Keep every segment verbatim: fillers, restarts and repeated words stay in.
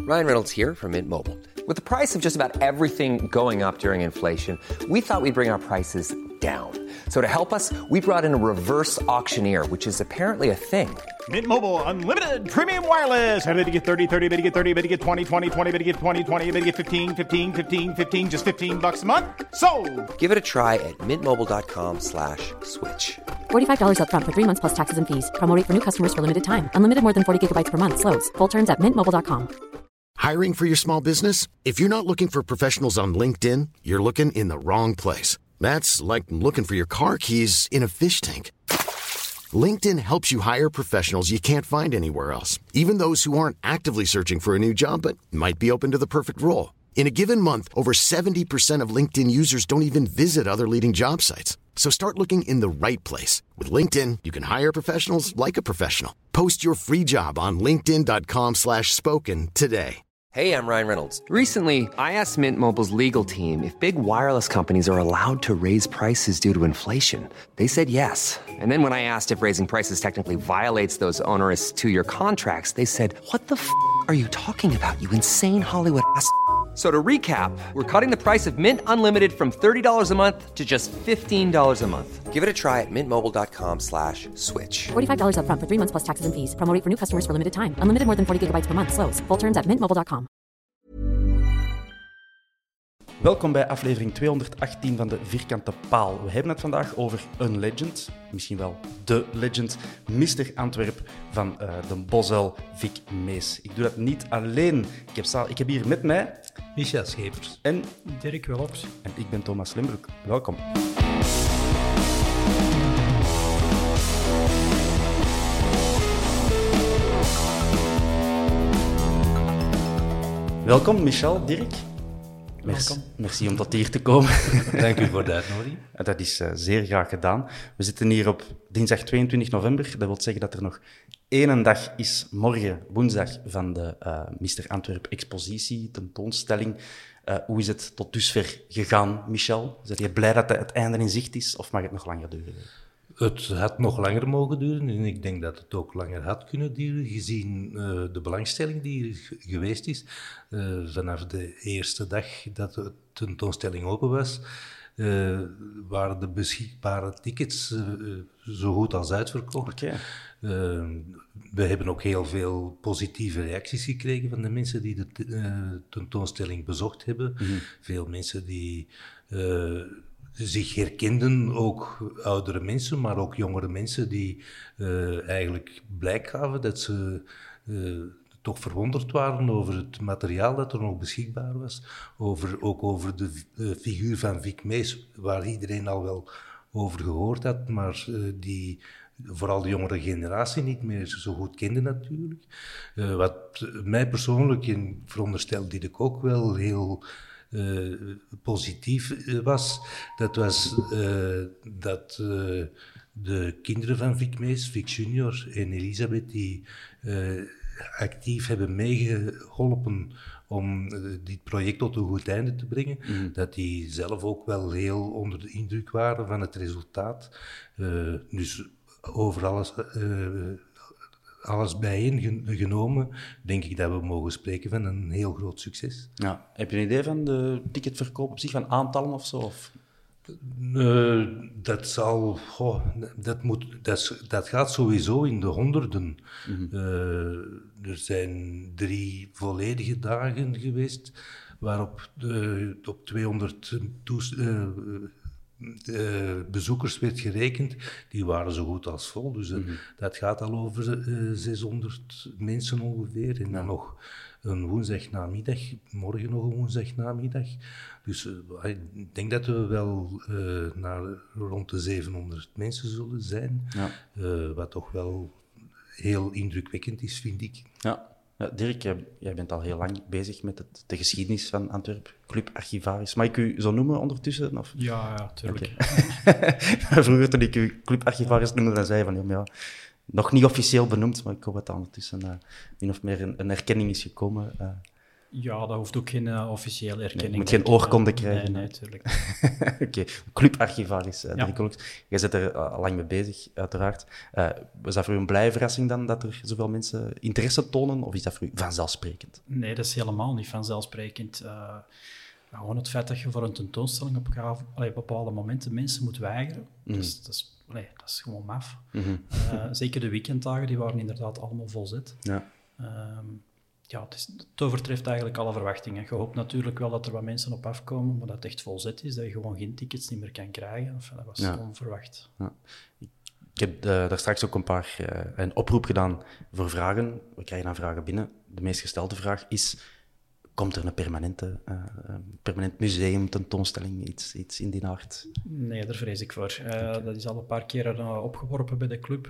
Ryan Reynolds here from Mint Mobile. With the price of just about everything going up during inflation, we thought we'd bring our prices down. So to help us, we brought in a reverse auctioneer, which is apparently a thing. Mint Mobile Unlimited Premium Wireless. How to get thirty, thirty, how to get thirty, how to get twenty, twenty, twenty, how to get twenty, twenty, how to get fifteen, fifteen, fifteen, fifteen, just fifteen bucks a month? Sold! Give it a try at mintmobile.com slash switch. forty-five dollars up front for three months plus taxes and fees. Promo rate for new customers for limited time. Unlimited more than forty gigabytes per month. Slows full terms at mint mobile dot com. Hiring for your small business? If you're not looking for professionals on LinkedIn, you're looking in the wrong place. That's like looking for your car keys in a fish tank. LinkedIn helps you hire professionals you can't find anywhere else, even those who aren't actively searching for a new job but might be open to the perfect role. In a given month, over seventy percent of LinkedIn users don't even visit other leading job sites. So start looking in the right place. With LinkedIn, you can hire professionals like a professional. Post your free job on linkedin.com slash spoken today. Hey, I'm Ryan Reynolds. Recently, I asked Mint Mobile's legal team if big wireless companies are allowed to raise prices due to inflation. They said yes. And then when I asked if raising prices technically violates those onerous two-year contracts, they said, what the f*** are you talking about, you insane Hollywood ass f- So to recap, we're cutting the price of Mint Unlimited from thirty dollars a month to just fifteen dollars a month. Give it a try at mintmobile.com slash switch. forty-five dollars up front for three months plus taxes and fees. Promo rate for new customers for limited time. Unlimited more than forty gigabytes per month. Slows full terms at mint mobile dot com. Welkom bij aflevering tweehonderdachttien van de Vierkante Paal. We hebben het vandaag over een legend, misschien wel de legend, mister Antwerp van uh, de Bosuil, Vic Mees. Ik doe dat niet alleen. Ik heb, sta- ik heb hier met mij... Michel Schepers. En... Dirk Wellops. En ik ben Thomas Lembroek. Welkom. Welkom, Michel, Dirk. Merci, merci om tot hier te komen. Dank u voor de uitnodiging. Dat is uh, zeer graag gedaan. We zitten hier op dinsdag tweeëntwintig november. Dat wil zeggen dat er nog één dag is, morgen, woensdag, van de uh, mister Antwerp expositie, tentoonstelling. Uh, hoe is het tot dusver gegaan, Michel? Ben je blij dat het einde in zicht is, of mag het nog langer duren? Het had nog langer mogen duren en ik denk dat het ook langer had kunnen duren, gezien uh, de belangstelling die er geweest is. Uh, vanaf de eerste dag dat de tentoonstelling open was, uh, waren de beschikbare tickets uh, zo goed als uitverkocht. Okay. Uh, we hebben ook heel veel positieve reacties gekregen van de mensen die de t- uh, tentoonstelling bezocht hebben. Mm-hmm. Veel mensen die... Uh, zich herkenden, ook oudere mensen, maar ook jongere mensen die uh, eigenlijk blijk gaven dat ze uh, toch verwonderd waren over het materiaal dat er nog beschikbaar was. Over, ook over de uh, figuur van Vic Mees, waar iedereen al wel over gehoord had, maar uh, die vooral de jongere generatie niet meer zo goed kende natuurlijk. Uh, wat mij persoonlijk, en veronderstel Dirk ook wel, heel... Uh, positief uh, was, dat was uh, dat uh, de kinderen van Vic Mees, Vic Junior en Elisabeth, die uh, actief hebben meegeholpen om uh, dit project tot een goed einde te brengen, mm. dat die zelf ook wel heel onder de indruk waren van het resultaat. Uh, dus over alles... Uh, Alles bijeen genomen, denk ik dat we mogen spreken van een heel groot succes. Ja. Heb je een idee van de ticketverkoop op zich, van aantallen of zo? Of? Uh, dat zal... Goh, dat, moet, dat, dat gaat sowieso in de honderden. Mm-hmm. Uh, er zijn drie volledige dagen geweest, waarop uh, op tweehonderd toes, uh, uh, bezoekers werd gerekend. Die waren zo goed als vol. Dus uh, mm-hmm. dat gaat al over uh, zeshonderd mensen ongeveer. En dan nog een woensdagnamiddag, morgen nog een woensdagnamiddag. Dus uh, ik denk dat we wel uh, naar rond de zevenhonderd mensen zullen zijn. Ja. Uh, wat toch wel heel indrukwekkend is, vind ik. Ja. Ja, Dirk, jij, jij bent al heel lang bezig met het, de geschiedenis van Antwerp, Club Archivaris. Mag ik u zo noemen ondertussen? Of? Ja, ja, tuurlijk. Okay. Vroeger toen ik u Club Archivaris noemde, dan zei je van ja, nog niet officieel benoemd, maar ik hoop dat ondertussen uh, min of meer een, een erkenning is gekomen. Uh, Ja, dat hoeft ook geen uh, officiële erkenning. Nee, je moet geen oorkonde krijgen. Nee, natuurlijk. Oké, okay. Clubarchivaris, uh, ja. Dirk Olks. Jij bent er uh, al lang mee bezig, uiteraard. Uh, was dat voor u een blije verrassing dan, dat er zoveel mensen interesse tonen, of is dat voor u vanzelfsprekend? Nee, dat is helemaal niet vanzelfsprekend. Uh, gewoon het feit dat je voor een tentoonstelling op, gaaf, allee, op bepaalde momenten mensen moet weigeren, mm. dat, is, dat, is, allee, dat is gewoon maf. Mm-hmm. Uh, zeker de weekenddagen, die waren inderdaad allemaal volzet. Ja. Um, Ja, het, is, het overtreft eigenlijk alle verwachtingen. Je hoopt natuurlijk wel dat er wat mensen op afkomen, maar dat het echt volzet is, dat je gewoon geen tickets niet meer kan krijgen. Enfin, dat was ja. onverwacht. Ja. Ik heb uh, daar straks ook een paar uh, een oproep gedaan voor vragen. We krijgen dan vragen binnen. De meest gestelde vraag is, komt er een permanente, uh, een permanent museum, tentoonstelling, iets, iets in die aard? Nee, daar vrees ik voor. Uh, okay. Dat is al een paar keer uh, opgeworpen bij de club.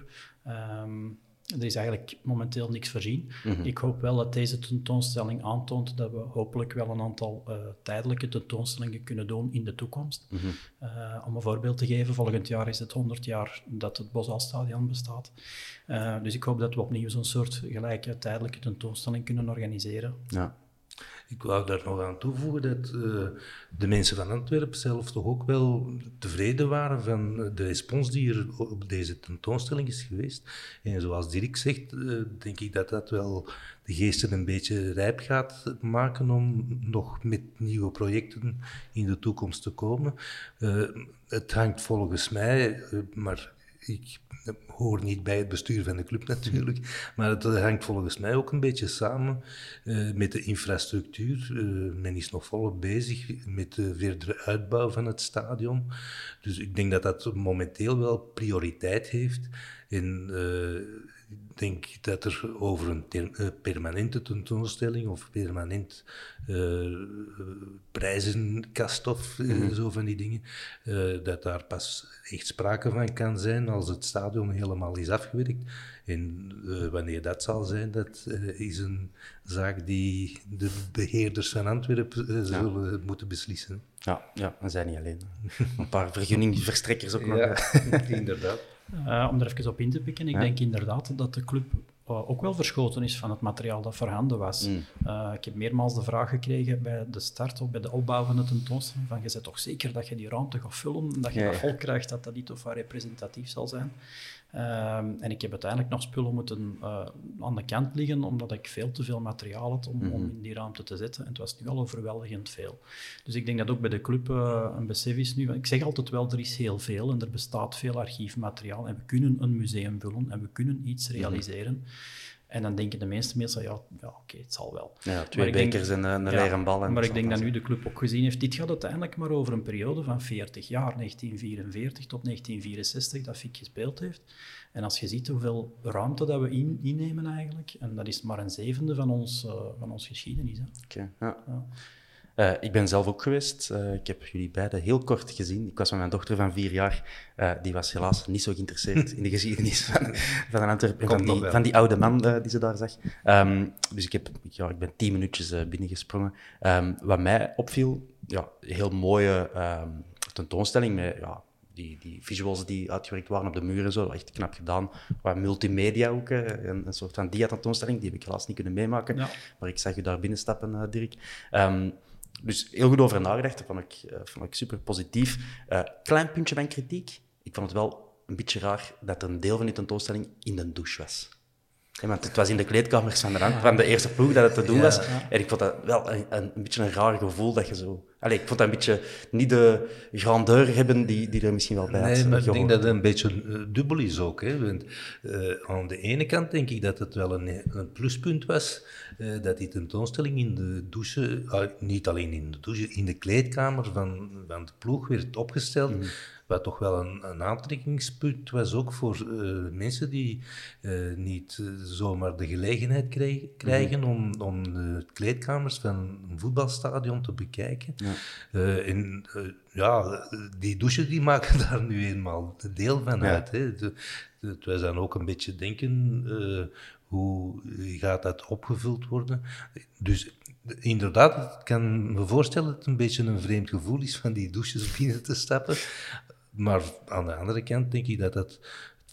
Um, Er is eigenlijk momenteel niks voorzien. Mm-hmm. Ik hoop wel dat deze tentoonstelling aantoont dat we hopelijk wel een aantal uh, tijdelijke tentoonstellingen kunnen doen in de toekomst. Mm-hmm. Uh, om een voorbeeld te geven, volgend jaar is het honderd jaar dat het Bosuilstadion bestaat. Uh, dus ik hoop dat we opnieuw zo'n soort gelijke tijdelijke tentoonstelling kunnen organiseren. Ja. Ik wou daar nog aan toevoegen dat uh, de mensen van Antwerpen zelf toch ook wel tevreden waren van de respons die er op deze tentoonstelling is geweest. En zoals Dirk zegt, uh, denk ik dat dat wel de geesten een beetje rijp gaat maken om nog met nieuwe projecten in de toekomst te komen. Uh, het hangt volgens mij, uh, maar ik hoor niet bij het bestuur van de club natuurlijk, maar het hangt volgens mij ook een beetje samen uh, met de infrastructuur. Uh, men is nog volop bezig met de verdere uitbouw van het stadion. Dus ik denk dat dat momenteel wel prioriteit heeft. En uh, ik denk dat er over een ter, uh, permanente tentoonstelling of permanent uh, prijzenkast of uh, mm-hmm. zo van die dingen, uh, dat daar pas echt sprake van kan zijn als het stadion helemaal is afgewerkt. En uh, wanneer dat zal zijn, dat uh, is een zaak die de beheerders van Antwerpen uh, zullen ja. moeten beslissen. Ja, ja, we zijn niet alleen. Een paar vergunningverstrekkers ook nog. Ja, inderdaad. Uh, om er even op in te pikken, ik ja. denk inderdaad dat de club uh, ook wel verschoten is van het materiaal dat voorhanden was. Mm. Uh, ik heb meermaals de vraag gekregen bij de start of bij de opbouw van de tentoonstelling van je bent toch zeker dat je die ruimte gaat vullen en dat je ja, dat vol krijgt, dat dat niet of wat representatief zal zijn. Uh, en ik heb uiteindelijk nog spullen moeten uh, aan de kant liggen, omdat ik veel te veel materiaal had om, mm-hmm. om in die ruimte te zetten. En het was nu al overweldigend veel. Dus ik denk dat ook bij de club uh, een besef is nu. Ik zeg altijd wel, er is heel veel en er bestaat veel archiefmateriaal. En we kunnen een museum vullen en we kunnen iets realiseren. Mm-hmm. En dan denken de meeste mensen, ja, ja oké, okay, het zal wel. Ja, twee bekers en een ja, leren bal. En maar ik denk dat nu de club ook gezien heeft, dit gaat uiteindelijk maar over een periode van veertig jaar, negentien vierenveertig tot negentien vierenzestig, dat F I C gespeeld heeft. En als je ziet hoeveel ruimte dat we in, innemen eigenlijk, en dat is maar een zevende van ons, uh, van ons geschiedenis. Oké, okay, ja. ja. Uh, ik ben zelf ook geweest. Uh, ik heb jullie beiden heel kort gezien. Ik was met mijn dochter van vier jaar. Uh, die was helaas niet zo geïnteresseerd in de geschiedenis van, van Antwerpen. Van die, van die oude man uh, die ze daar zag. Um, dus ik, heb, ja, ik ben tien minuutjes uh, binnengesprongen. Um, wat mij opviel, ja, heel mooie um, tentoonstelling met ja, die, die visuals die uitgewerkt waren op de muren. Zo, echt knap gedaan. Wat multimedia ook. Uh, een, een soort van dia-tentoonstelling. Die heb ik helaas niet kunnen meemaken. Ja. Maar ik zag u daar binnenstappen, uh, Dirk. Um, Dus heel goed over nagedacht, dat vond ik, uh, vond ik super positief. Uh, klein puntje van kritiek. Ik vond het wel een beetje raar dat er een deel van die tentoonstelling in de douche was. Ja, want het was in de kleedkamers van de, rand, van de eerste ploeg dat het te doen ja, was. Ja. En ik vond dat wel een, een, een beetje een raar gevoel dat je zo... Allee, ik vond dat een beetje niet de grandeur hebben die, die er misschien wel bij had. Nee, maar ik denk dat het een beetje uh, dubbel is ook. Hè? Want, uh, aan de ene kant denk ik dat het wel een, een pluspunt was uh, dat die tentoonstelling in de douche, uh, niet alleen in de douche, in de kleedkamer van, van de ploeg werd opgesteld. Mm. Wat toch wel een, een aantrekkingspunt was ook voor uh, mensen die uh, niet uh, zomaar de gelegenheid kreeg, krijgen mm-hmm. om, om de kleedkamers van een voetbalstadion te bekijken. Ja. Uh, en uh, ja, die douches die maken daar nu eenmaal deel van ja. uit. Hè. De, de, het was dan ook een beetje denken, uh, hoe gaat dat opgevuld worden? Dus inderdaad, ik kan me voorstellen dat het een beetje een vreemd gevoel is van die douches binnen te stappen. Maar aan de andere kant denk ik dat dat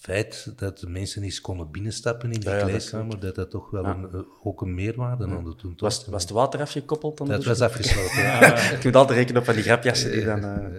feit dat de mensen eens konden binnenstappen in de Ja, ja, kleedkamer, dat, dat dat toch wel ja. een, uh, ook een meerwaarde aan de tentoonstelling. Was, was het water afgekoppeld? Dan Dat de was afgesloten, ja. ja. Je moet altijd rekenen op van die grapjassen die dan... Uh...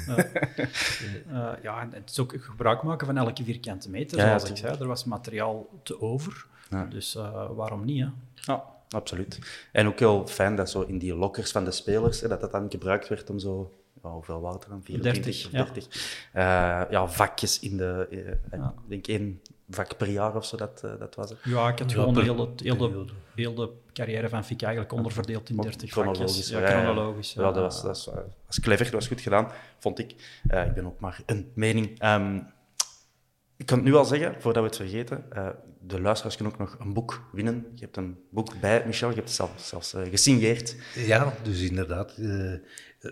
Uh, ja, en het is ook gebruik maken van elke vierkante meter, Ja, zoals ja, ik zei. Er was materiaal te over, Ja. dus uh, waarom niet, hè? Ja, absoluut. En ook heel fijn dat zo in die lockers van de spelers, hè, dat dat dan gebruikt werd om zo... Ja, hoeveel water dan? vierentwintig dertig, of dertig. Ja. Uh, ja, vakjes in de... Uh, Ja. Ik denk één vak per jaar of zo, dat, uh, dat was het. Ja, ik had Ja, gewoon per heel, de, heel, de, periode. heel de carrière van Fiek eigenlijk onderverdeeld in Ook dertig chronologisch, vakjes. ja, Ja, ja, ja. chronologisch. Ja, dat was, dat was, dat was clever, dat was goed gedaan, vond ik. Uh, ik ben ook maar een mening. Um, ik kan het nu al zeggen, voordat we het vergeten, uh, de luisteraars kunnen ook nog een boek winnen. Je hebt een boek bij Michel, je hebt het zelf, zelfs uh, gesigneerd. Ja, dus inderdaad. Uh, uh,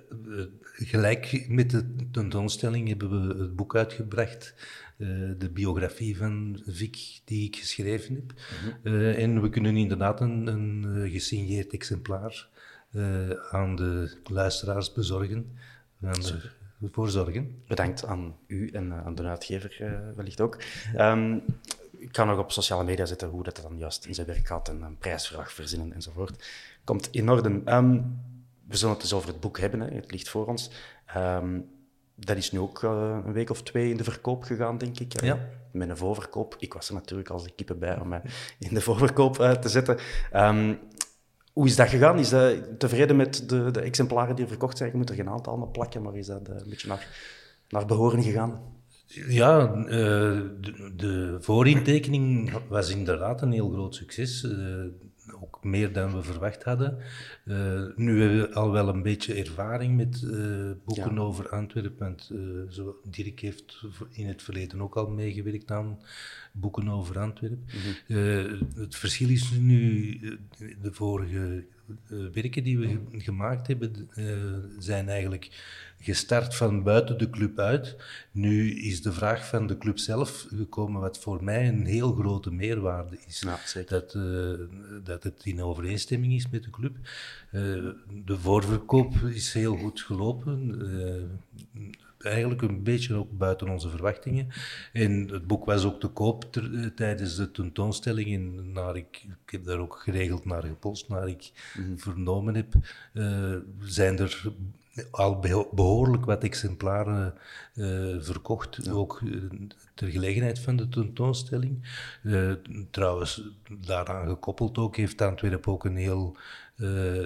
gelijk met de tentoonstelling hebben we het boek uitgebracht, uh, de biografie van Vic die ik geschreven heb. Mm-hmm. Uh, en we kunnen inderdaad een, een gesigneerd exemplaar uh, aan de luisteraars bezorgen. Aan de, voor zorgen. Bedankt aan u en uh, aan de uitgever uh, wellicht ook. Um, ik kan nog op sociale media zetten hoe dat dan juist in zijn werk gaat en een prijsvraag verzinnen enzovoort. Komt in orde. Um, we zullen het dus over het boek hebben, hè. Het ligt voor ons. Um, dat is nu ook uh, een week of twee in de verkoop gegaan, denk ik. Ja. Met een voorverkoop. Ik was er natuurlijk als de kippen bij om mij in de voorverkoop uh, te zetten. Um, Hoe is dat gegaan? Is dat tevreden met de, de exemplaren die er verkocht zijn? Je moet er geen aantal allemaal plakken, maar is dat een beetje naar, naar behoren gegaan? Ja, uh, de, de voorintekening was inderdaad een heel groot succes. Uh, ook meer dan we verwacht hadden. Uh, nu hebben we al wel een beetje ervaring met uh, boeken ja. over Antwerpen. Want uh, zo, Dirk heeft in het verleden ook al meegewerkt aan boeken over Antwerpen. Mm-hmm. Uh, het verschil is nu, de vorige uh, werken die we ge- gemaakt hebben, uh, zijn eigenlijk gestart van buiten de club uit. Nu is de vraag van de club zelf gekomen, wat voor mij een heel grote meerwaarde is. Ja, zeker. Dat, uh, dat het in overeenstemming is met de club. Uh, de voorverkoop is heel goed gelopen. Uh, eigenlijk een beetje ook buiten onze verwachtingen. En het boek was ook te koop ter, tijdens de tentoonstelling. En naar ik, ik heb daar ook geregeld naar gepolst, naar ik mm-hmm. vernomen heb, uh, zijn er al behoorlijk wat exemplaren uh, verkocht, ja. ook uh, ter gelegenheid van de tentoonstelling. Uh, trouwens, daaraan gekoppeld ook, heeft Antwerpen ook een heel uh,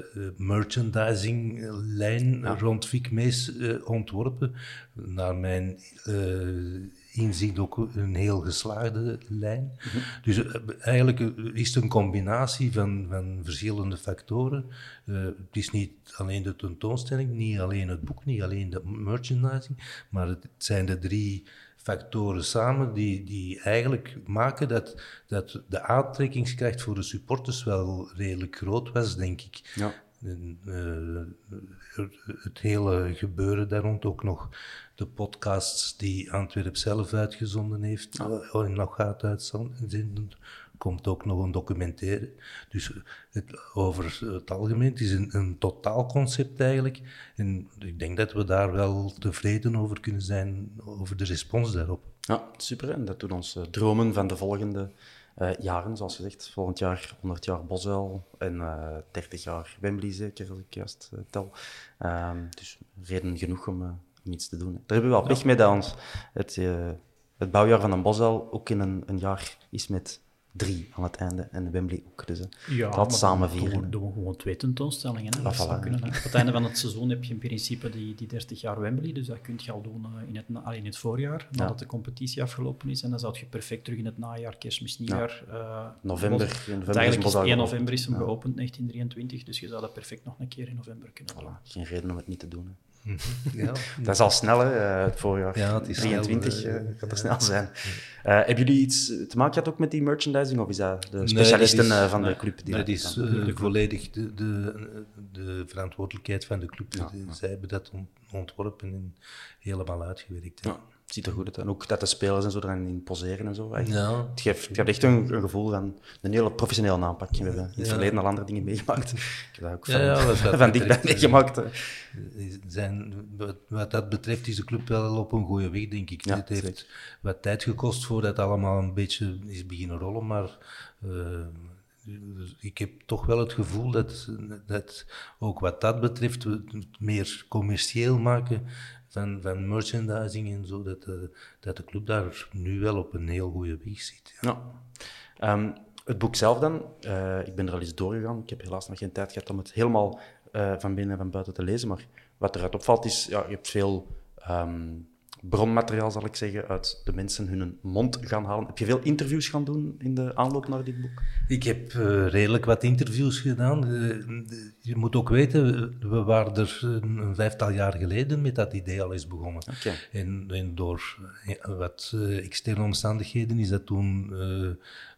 merchandising-lijn ja. rond Vic Mees uh, ontworpen. Naar mijn uh, inzien ook een heel geslaagde lijn. Mm-hmm. Dus uh, eigenlijk uh, is het een combinatie van, van verschillende factoren. Uh, het is niet alleen de tentoonstelling, niet alleen het boek, niet alleen de merchandising, maar het zijn de drie factoren samen die, die eigenlijk maken dat, dat de aantrekkingskracht voor de supporters wel redelijk groot was, denk ik. Ja. En, uh, het hele gebeuren daar rond, ook nog de podcasts die Antwerpen zelf uitgezonden heeft, ja. en nog gaat uitzenden, komt ook nog een documentaire. Dus het, over het algemeen, het is een, een totaalconcept eigenlijk. En ik denk dat we daar wel tevreden over kunnen zijn, over de respons daarop. Ja, super. En dat doet ons uh, dromen van de volgende uh, jaren, zoals gezegd. Volgend jaar honderd jaar Bosuil en uh, dertig jaar Wembley zeker, als ik juist uh, tel. Uh, dus reden genoeg om, uh, om iets te doen. Daar hebben we wel pech mee dat ons het, uh, het bouwjaar van een Bosuil ook in een, een jaar is met drie aan het einde en Wembley ook. Dus ja, dat samen vieren. Doen we, doen we gewoon twee tentoonstellingen. Hè. Ah, Dat voilà, zou kunnen, hè. Op het einde van het seizoen heb je in principe die, die dertig jaar Wembley, dus dat kun je al doen uh, in, het na, in het voorjaar, nadat ja. de competitie afgelopen is. En dan zou je perfect terug in het najaar, kerstmis, nieuwjaar... Ja. Uh, november. Bos, in november eigenlijk is is één november is hem ja. geopend, negentien drieëntwintig, dus je zou dat perfect nog een keer in november kunnen doen. Voilà. Geen reden om het niet te doen. Hè. Ja. Dat is al snel, hè, het voorjaar. Ja, het is drieëntwintig snel, uh, gaat er ja. snel zijn. Uh, hebben jullie iets te maken gehad ook met die merchandising, of is dat de specialisten nee, dat is, van nee, de club? Die dat is uh, de volledig de, de, de verantwoordelijkheid van de club. Ja, ja. Zij hebben dat ontworpen en helemaal uitgewerkt. Ja. Ja. het ziet er goed uit. En ook dat de spelers en zo erin in poseren en zo. Echt, Ja. het, geeft, het geeft echt een, een gevoel van een hele professionele aanpak. We hebben in het Ja. verleden al andere dingen meegemaakt. Ik heb dat ook Ja, van, ja, wat dat van dichtbij betreft, meegemaakt. hè. Zijn, wat, wat dat betreft is de club wel op een goede weg, denk ik. Ja, het heeft zeker. wat tijd gekost voordat het allemaal een beetje is beginnen rollen, maar uh, ik heb toch wel het gevoel dat, dat ook wat dat betreft we het meer commercieel maken van, van merchandising en zo, dat de, dat de club daar nu wel op een heel goede weg zit. Ja. Ja. Um, het boek zelf dan, uh, ik ben er al eens doorgegaan. Ik heb helaas nog geen tijd gehad om het helemaal uh, van binnen en van buiten te lezen, maar wat eruit opvalt is, ja, je hebt veel um, bronmateriaal, zal ik zeggen, uit de mensen hun mond gaan halen. Heb je veel interviews gaan doen in de aanloop naar dit boek? Ik heb uh, redelijk wat interviews gedaan. Uh, je moet ook weten, we waren er een, een vijftal jaar geleden met dat idee al eens begonnen. Okay. En, en door ja, wat uh, externe omstandigheden is dat toen uh,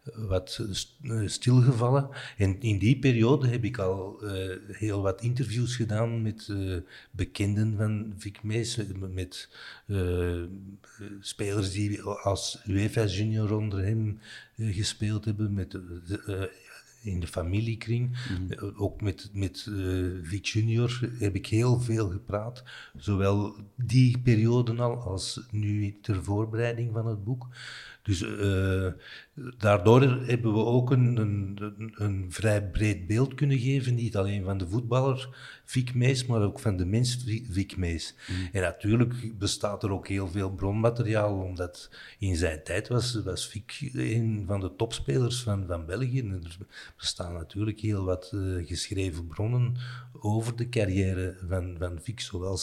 wat stilgevallen. En in die periode heb ik al uh, heel wat interviews gedaan met uh, bekenden van Vic Mees, met uh, spelers die als UEFA junior onder hem uh, gespeeld hebben, met uh, uh, in de familiekring. Mm-hmm. Ook met, met uh, Vic junior heb ik heel veel gepraat, zowel die periode al als nu ter voorbereiding van het boek. Dus uh, daardoor hebben we ook een, een, een vrij breed beeld kunnen geven, niet alleen van de voetballer Vic Mees, maar ook van de mens Vic Mees. Mm. En natuurlijk bestaat er ook heel veel bronmateriaal, omdat in zijn tijd was, was Vic een van de topspelers van, van België. En er bestaan natuurlijk heel wat uh, geschreven bronnen over de carrière van, van Vic, zowel,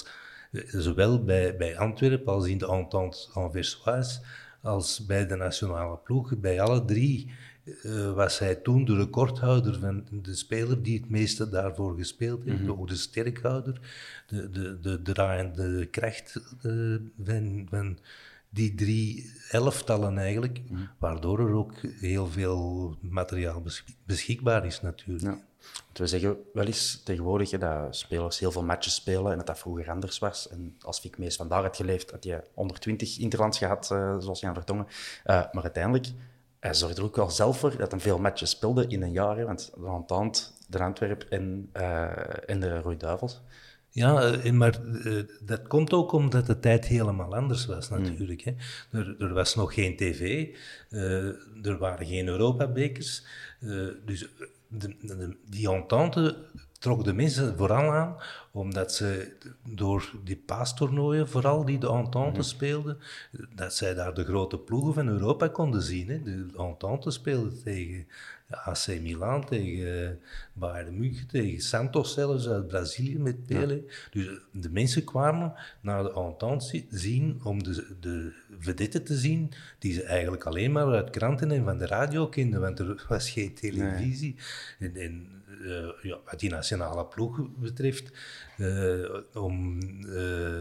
zowel bij, bij Antwerpen als in de Entente Anversoise, als bij de nationale ploeg. Bij alle drie uh, was hij toen de recordhouder van de speler die het meeste daarvoor gespeeld heeft, mm-hmm. ook de sterkhouder, de, de, de draaiende kracht uh, van, van die drie elftallen eigenlijk, mm-hmm. waardoor er ook heel veel materiaal beschikbaar is natuurlijk. Ja. We zeggen wel eens tegenwoordig hè, dat spelers heel veel matches spelen en dat dat vroeger anders was. En als Vic Mees vandaar had geleefd, had hij honderdtwintig interlands gehad, uh, zoals Jan Vertongen. Uh, maar uiteindelijk, hij zorgde er ook wel zelf voor dat hij veel matches speelde in een jaar. Hè, want de Entente, de Antwerp en, uh, en de Rode Duivels. Ja, maar uh, dat komt ook omdat de tijd helemaal anders was natuurlijk. Mm. Hè. Er, er was nog geen tv, uh, er waren geen Europabekers. Uh, dus de, de, die Entente trok de mensen vooral aan, omdat ze door die paastoernooien, vooral die de Entente mm. speelden, dat zij daar de grote ploegen van Europa konden zien. Hè. De Entente speelde tegen A C Milan, tegen Bayern München, tegen Santos zelfs uit Brazilië met Pelé. Ja. Dus de mensen kwamen naar de Entente zien om de, de vedetten te zien die ze eigenlijk alleen maar uit kranten en van de radio kenden, want er was geen televisie. Nee. En, en uh, ja, wat die nationale ploeg betreft, uh, om... Uh,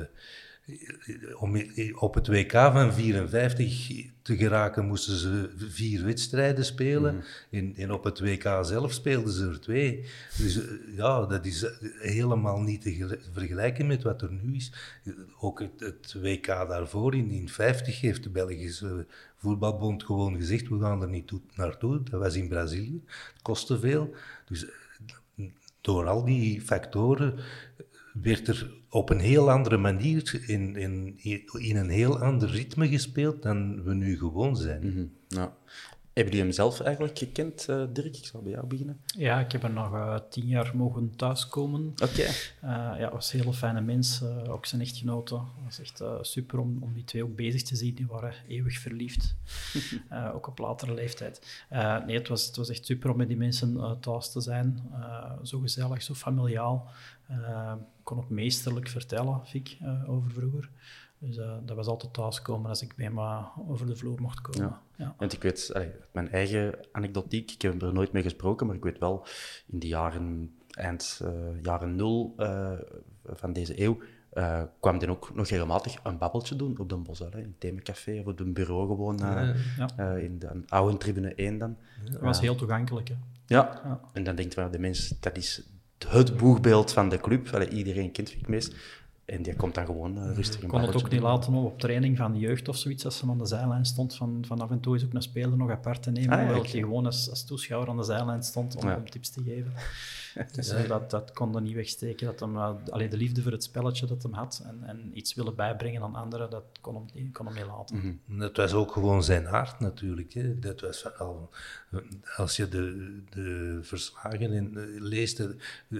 Om op het W K van vierenvijftig te geraken moesten ze vier wedstrijden spelen. Mm. En, en op het W K zelf speelden ze er twee. Dus ja, dat is helemaal niet te vergelijken met wat er nu is. Ook het, het W K daarvoor, in negentien vijftig, heeft de Belgische voetbalbond gewoon gezegd, we gaan er niet toe, naartoe. Dat was in Brazilië. Het kostte veel. Dus door al die factoren werd er op een heel andere manier, in, in, in een heel ander ritme gespeeld dan we nu gewoon zijn. Mm-hmm. Ja. Hebben jullie hem zelf eigenlijk gekend, uh, Dirk? Ik zal bij jou beginnen. Ja, ik heb er nog uh, tien jaar mogen thuiskomen. Oké. Okay. Uh, ja, was een hele fijne mens, uh, ook zijn echtgenote. Het was echt uh, super om, om die twee ook bezig te zien. Die waren eeuwig verliefd, uh, ook op latere leeftijd. Uh, nee, het was, het was echt super om met die mensen uh, thuis te zijn. Uh, zo gezellig, zo familiaal. Uh, ik kon ook meesterlijk vertellen, Vic, uh, over vroeger. Dus uh, dat was altijd thuiskomen als ik bij hem uh, over de vloer mocht komen. Ja. Ja. Want ik weet, allee, mijn eigen anekdotiek, ik heb er nooit mee gesproken, maar ik weet wel, in de jaren, eind uh, jaren nul uh, van deze eeuw, uh, kwam hij ook nog regelmatig een babbeltje doen op de Bosuil, in het themacafé of op een bureau gewoon, uh, ja. uh, in de oude tribune één dan. Dat was uh, heel toegankelijk, hè? Ja. ja, en dan denkt men, de mens, dat is het boegbeeld van de club, allee, iedereen kent Vic Mees. En die komt dan gewoon uh, rustig een kon het ook balletje niet doen. laten op training van de jeugd of zoiets, als ze aan de zijlijn stond, van, van af en toe is ook een speler nog apart te nemen, Ah, ja, hoewel oké. hij gewoon als, als toeschouwer aan de zijlijn stond om, Ja. om tips te geven. Dus uh, dat, dat kon er niet wegsteken. Dat hem, uh, allee, de liefde voor het spelletje dat hem had en, en iets willen bijbrengen aan anderen, dat kon hem, niet- kon hem niet laten. Mm-hmm. Dat was ook gewoon zijn aard natuurlijk. Hè. Dat was van al, als je de, de verslagen in, uh, leest, uh,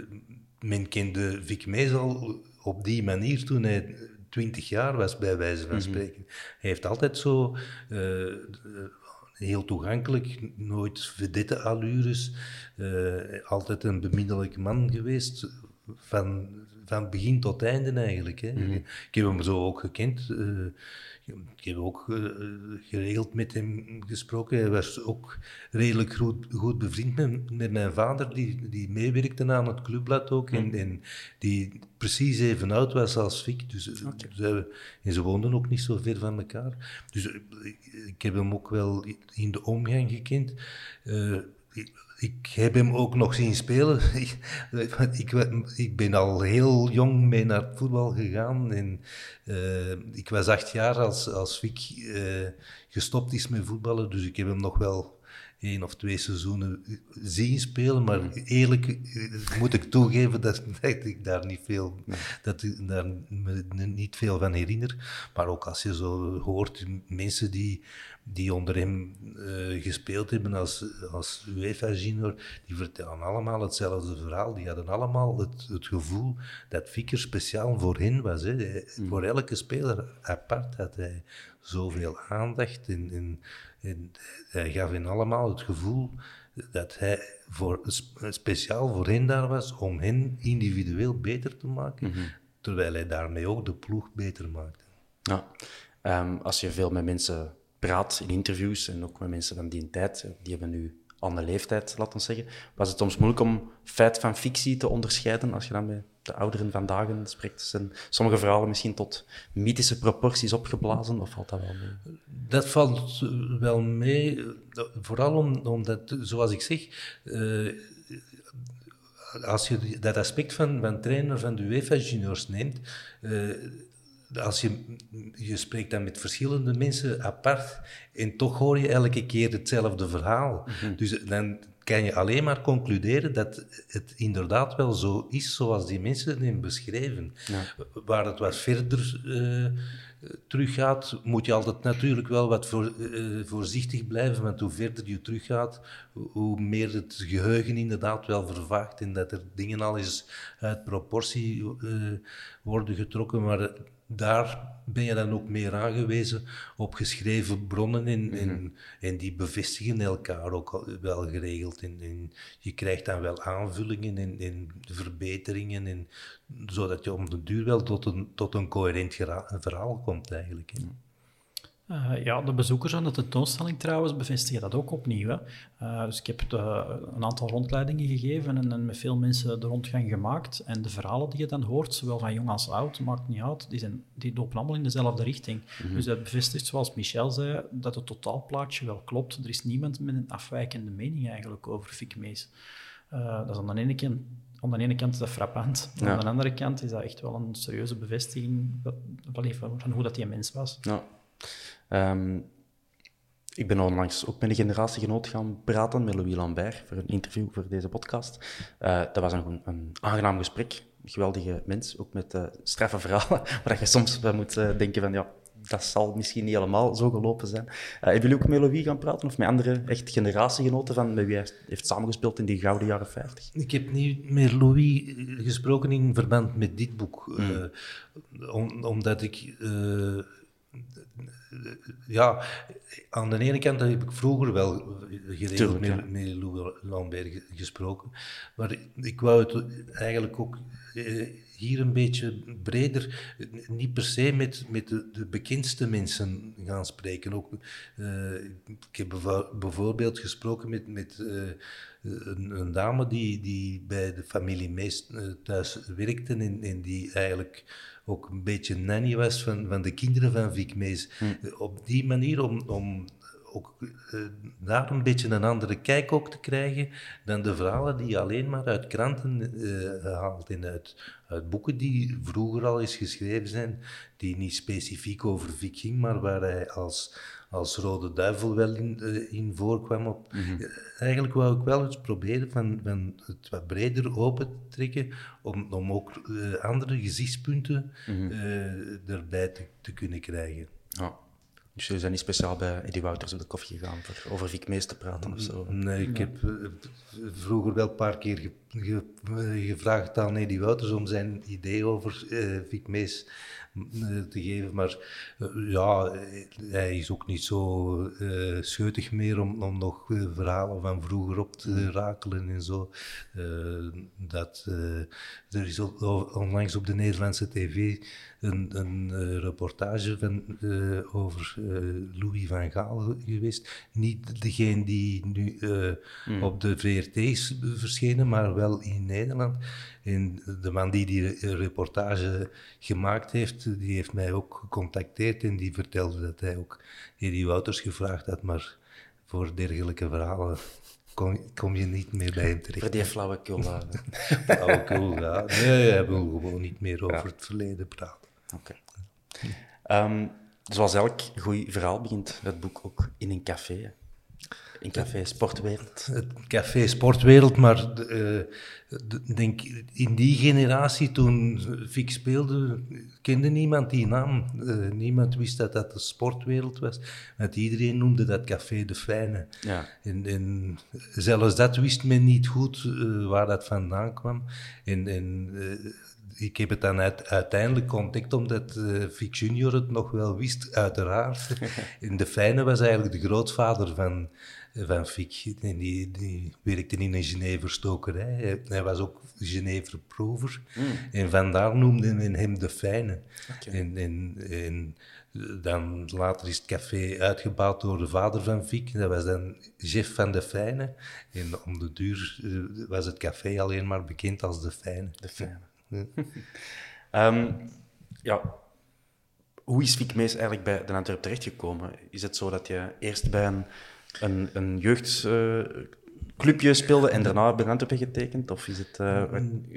men kende Vic Mees al op die manier toen hij twintig jaar was, bij wijze van spreken. Hij heeft altijd zo uh, heel toegankelijk, nooit vedette allures, uh, altijd een beminnelijk man geweest, van, van begin tot einde eigenlijk. Hè. Mm-hmm. Ik heb hem zo ook gekend. Uh, ik heb ook uh, geregeld met hem gesproken. Hij was ook redelijk goed, goed bevriend met, met mijn vader, die, die meewerkte aan het clubblad ook. Mm. En, en die precies even oud was als Vic. Dus, okay. dus, en ze woonden ook niet zo ver van elkaar. Dus ik, ik heb hem ook wel in de omgang gekend. Uh, ik, ik heb hem ook nog zien spelen. ik, ik, ik ben al heel jong mee naar het voetbal gegaan. En, uh, ik was acht jaar als, als Vic uh, gestopt is met voetballen. Dus ik heb hem nog wel één of twee seizoenen zien spelen. Maar eerlijk uh, moet ik toegeven dat, dat ik daar niet veel, nee. dat ik daar me niet veel van herinner. Maar ook als je zo hoort, mensen die... die onder hem uh, gespeeld hebben als, als UEFA-junior, die vertellen allemaal hetzelfde verhaal. Die hadden allemaal het, het gevoel dat Vic er speciaal voor hen was. Hè. Hij, mm. Voor elke speler apart had hij zoveel aandacht. En, en, en hij gaf hen allemaal het gevoel dat hij voor, speciaal voor hen daar was om hen individueel beter te maken, mm-hmm. terwijl hij daarmee ook de ploeg beter maakte. Ja, um, als je veel met mensen praat in interviews en ook met mensen van die tijd, die hebben nu al een leeftijd, laten we zeggen, was het soms moeilijk om feit van fictie te onderscheiden als je dan met de ouderen vandaag spreekt? Zijn sommige verhalen misschien tot mythische proporties opgeblazen, of valt dat wel mee? Dat valt wel mee, vooral om, omdat, zoals ik zeg, uh, als je dat aspect van, van trainer van de UEFA-juniors neemt, uh, als je, je spreekt dan met verschillende mensen apart en toch hoor je elke keer hetzelfde verhaal. Mm-hmm. Dus dan kan je alleen maar concluderen dat het inderdaad wel zo is zoals die mensen het beschreven. Ja. Waar het wat verder uh, teruggaat, moet je altijd natuurlijk wel wat voor, uh, voorzichtig blijven, want hoe verder je teruggaat, hoe meer het geheugen inderdaad wel vervaagt en dat er dingen al eens uit proportie uh, worden getrokken, maar daar ben je dan ook meer aangewezen op geschreven bronnen en, mm-hmm. en, en die bevestigen elkaar ook wel geregeld. En, en je krijgt dan wel aanvullingen en, en verbeteringen, en, zodat je om de duur wel tot een, tot een coherent gera- verhaal komt eigenlijk. Hè. Uh, ja, de bezoekers aan de tentoonstelling trouwens bevestigen dat ook opnieuw. Hè. Uh, dus ik heb de, een aantal rondleidingen gegeven en, en met veel mensen de rondgang gemaakt. En de verhalen die je dan hoort, zowel van jong als oud, maakt niet uit, die, zijn, die lopen allemaal in dezelfde richting. Mm-hmm. Dus dat bevestigt, zoals Michel zei, dat het totaalplaatje wel klopt. Er is niemand met een afwijkende mening eigenlijk over Vic Mees. Uh, dat is aan de ene kant... Aan de ene kant is dat frappant, ja. Aan de andere kant is dat echt wel een serieuze bevestiging van, van hoe dat die mens was. Ja. Um, ik ben onlangs ook met een generatiegenoot gaan praten, met Louis Lambert, voor een interview voor deze podcast. Uh, dat was een, een aangenaam gesprek, een geweldige mens, ook met uh, straffe verhalen, waar je soms bij moet uh, denken van, ja, dat zal misschien niet helemaal zo gelopen zijn. Uh, hebben jullie ook met Louis gaan praten, of met andere echt generatiegenoten van met wie hij heeft samengespeeld in die gouden jaren vijftig? Ik heb niet met Louis gesproken in verband met dit boek, mm. uh, om, omdat ik... Uh, Ja, aan de ene kant heb ik vroeger wel geregeld met, ja. met Louis Lambert gesproken, maar ik wou het eigenlijk ook hier een beetje breder, niet per se met, met de, de bekendste mensen gaan spreken. Ook, uh, ik heb bijvoorbeeld gesproken met, met uh, een, een dame die, die bij de familie Mees uh, thuis werkte en, en die eigenlijk ook een beetje nanny was van, van de kinderen van Vic Mees. Hm. Op die manier om, om, ook uh, daar een beetje een andere kijk ook te krijgen dan de verhalen die je alleen maar uit kranten uh, haalt en uit, uit boeken die vroeger al eens geschreven zijn, die niet specifiek over Vic ging, maar waar hij als, als Rode Duivel wel in, uh, in voorkwam. Op. Mm-hmm. Uh, eigenlijk wou ik wel eens proberen van, van het wat breder open te trekken, om, om ook uh, andere gezichtspunten mm-hmm. uh, erbij te, te kunnen krijgen. Ja. Dus jullie zijn niet speciaal bij Eddie Wouters op de koffie gegaan voor over Vic Mees te praten of zo? Nee, ik heb uh, vroeger wel een paar keer ge, ge, gevraagd aan Eddie Wouters om zijn idee over uh, Vic Mees uh, te geven, maar uh, ja, hij is ook niet zo uh, scheutig meer om, om nog uh, verhalen van vroeger op te rakelen en zo. Uh, dat, uh, er is onlangs op de Nederlandse tv een, een uh, reportage van, uh, over uh, Louis van Gaal geweest. Niet degene die nu uh, mm. op de V R T is verschenen, maar wel in Nederland. En de man die die reportage gemaakt heeft, die heeft mij ook gecontacteerd en die vertelde dat hij ook Eddie Wouters gevraagd had, maar voor dergelijke verhalen kom, kom je niet meer bij hem terecht. Voor die flauwekul. Flauwekul, ja. Nee, hij wil gewoon niet meer over ja. het verleden praten. Oké. Okay. Um, zoals elk goed verhaal begint het boek ook in een café. In café Sportwereld. Het café Sportwereld, maar uh, denk in die generatie toen Vic speelde, kende niemand die naam. Uh, niemand wist dat dat de Sportwereld was. Want iedereen noemde dat café de Fijne. Ja. En, en zelfs dat wist men niet goed uh, waar dat vandaan kwam. En, en uh, ik heb het dan uit, uiteindelijk ontdekt, omdat uh, Vic Junior het nog wel wist, uiteraard. En de Fijne was eigenlijk de grootvader van, van Vic. En die, die werkte in een Geneverstokerij. Hij, hij was ook Geneverproever. Mm. En vandaar noemde men hem de Fijne. Okay. En, en, en dan later is het café uitgebouwd door de vader van Vic. Dat was dan Jeff van de Fijne. En om de duur uh, was het café alleen maar bekend als de Fijne. De Fijne. Ja. um, ja. Hoe is Vic Mees eigenlijk bij de Antwerp terechtgekomen? Is het zo dat je eerst bij een, een, een jeugdclubje uh, speelde en daarna bij de Antwerp getekend? Of is het, uh,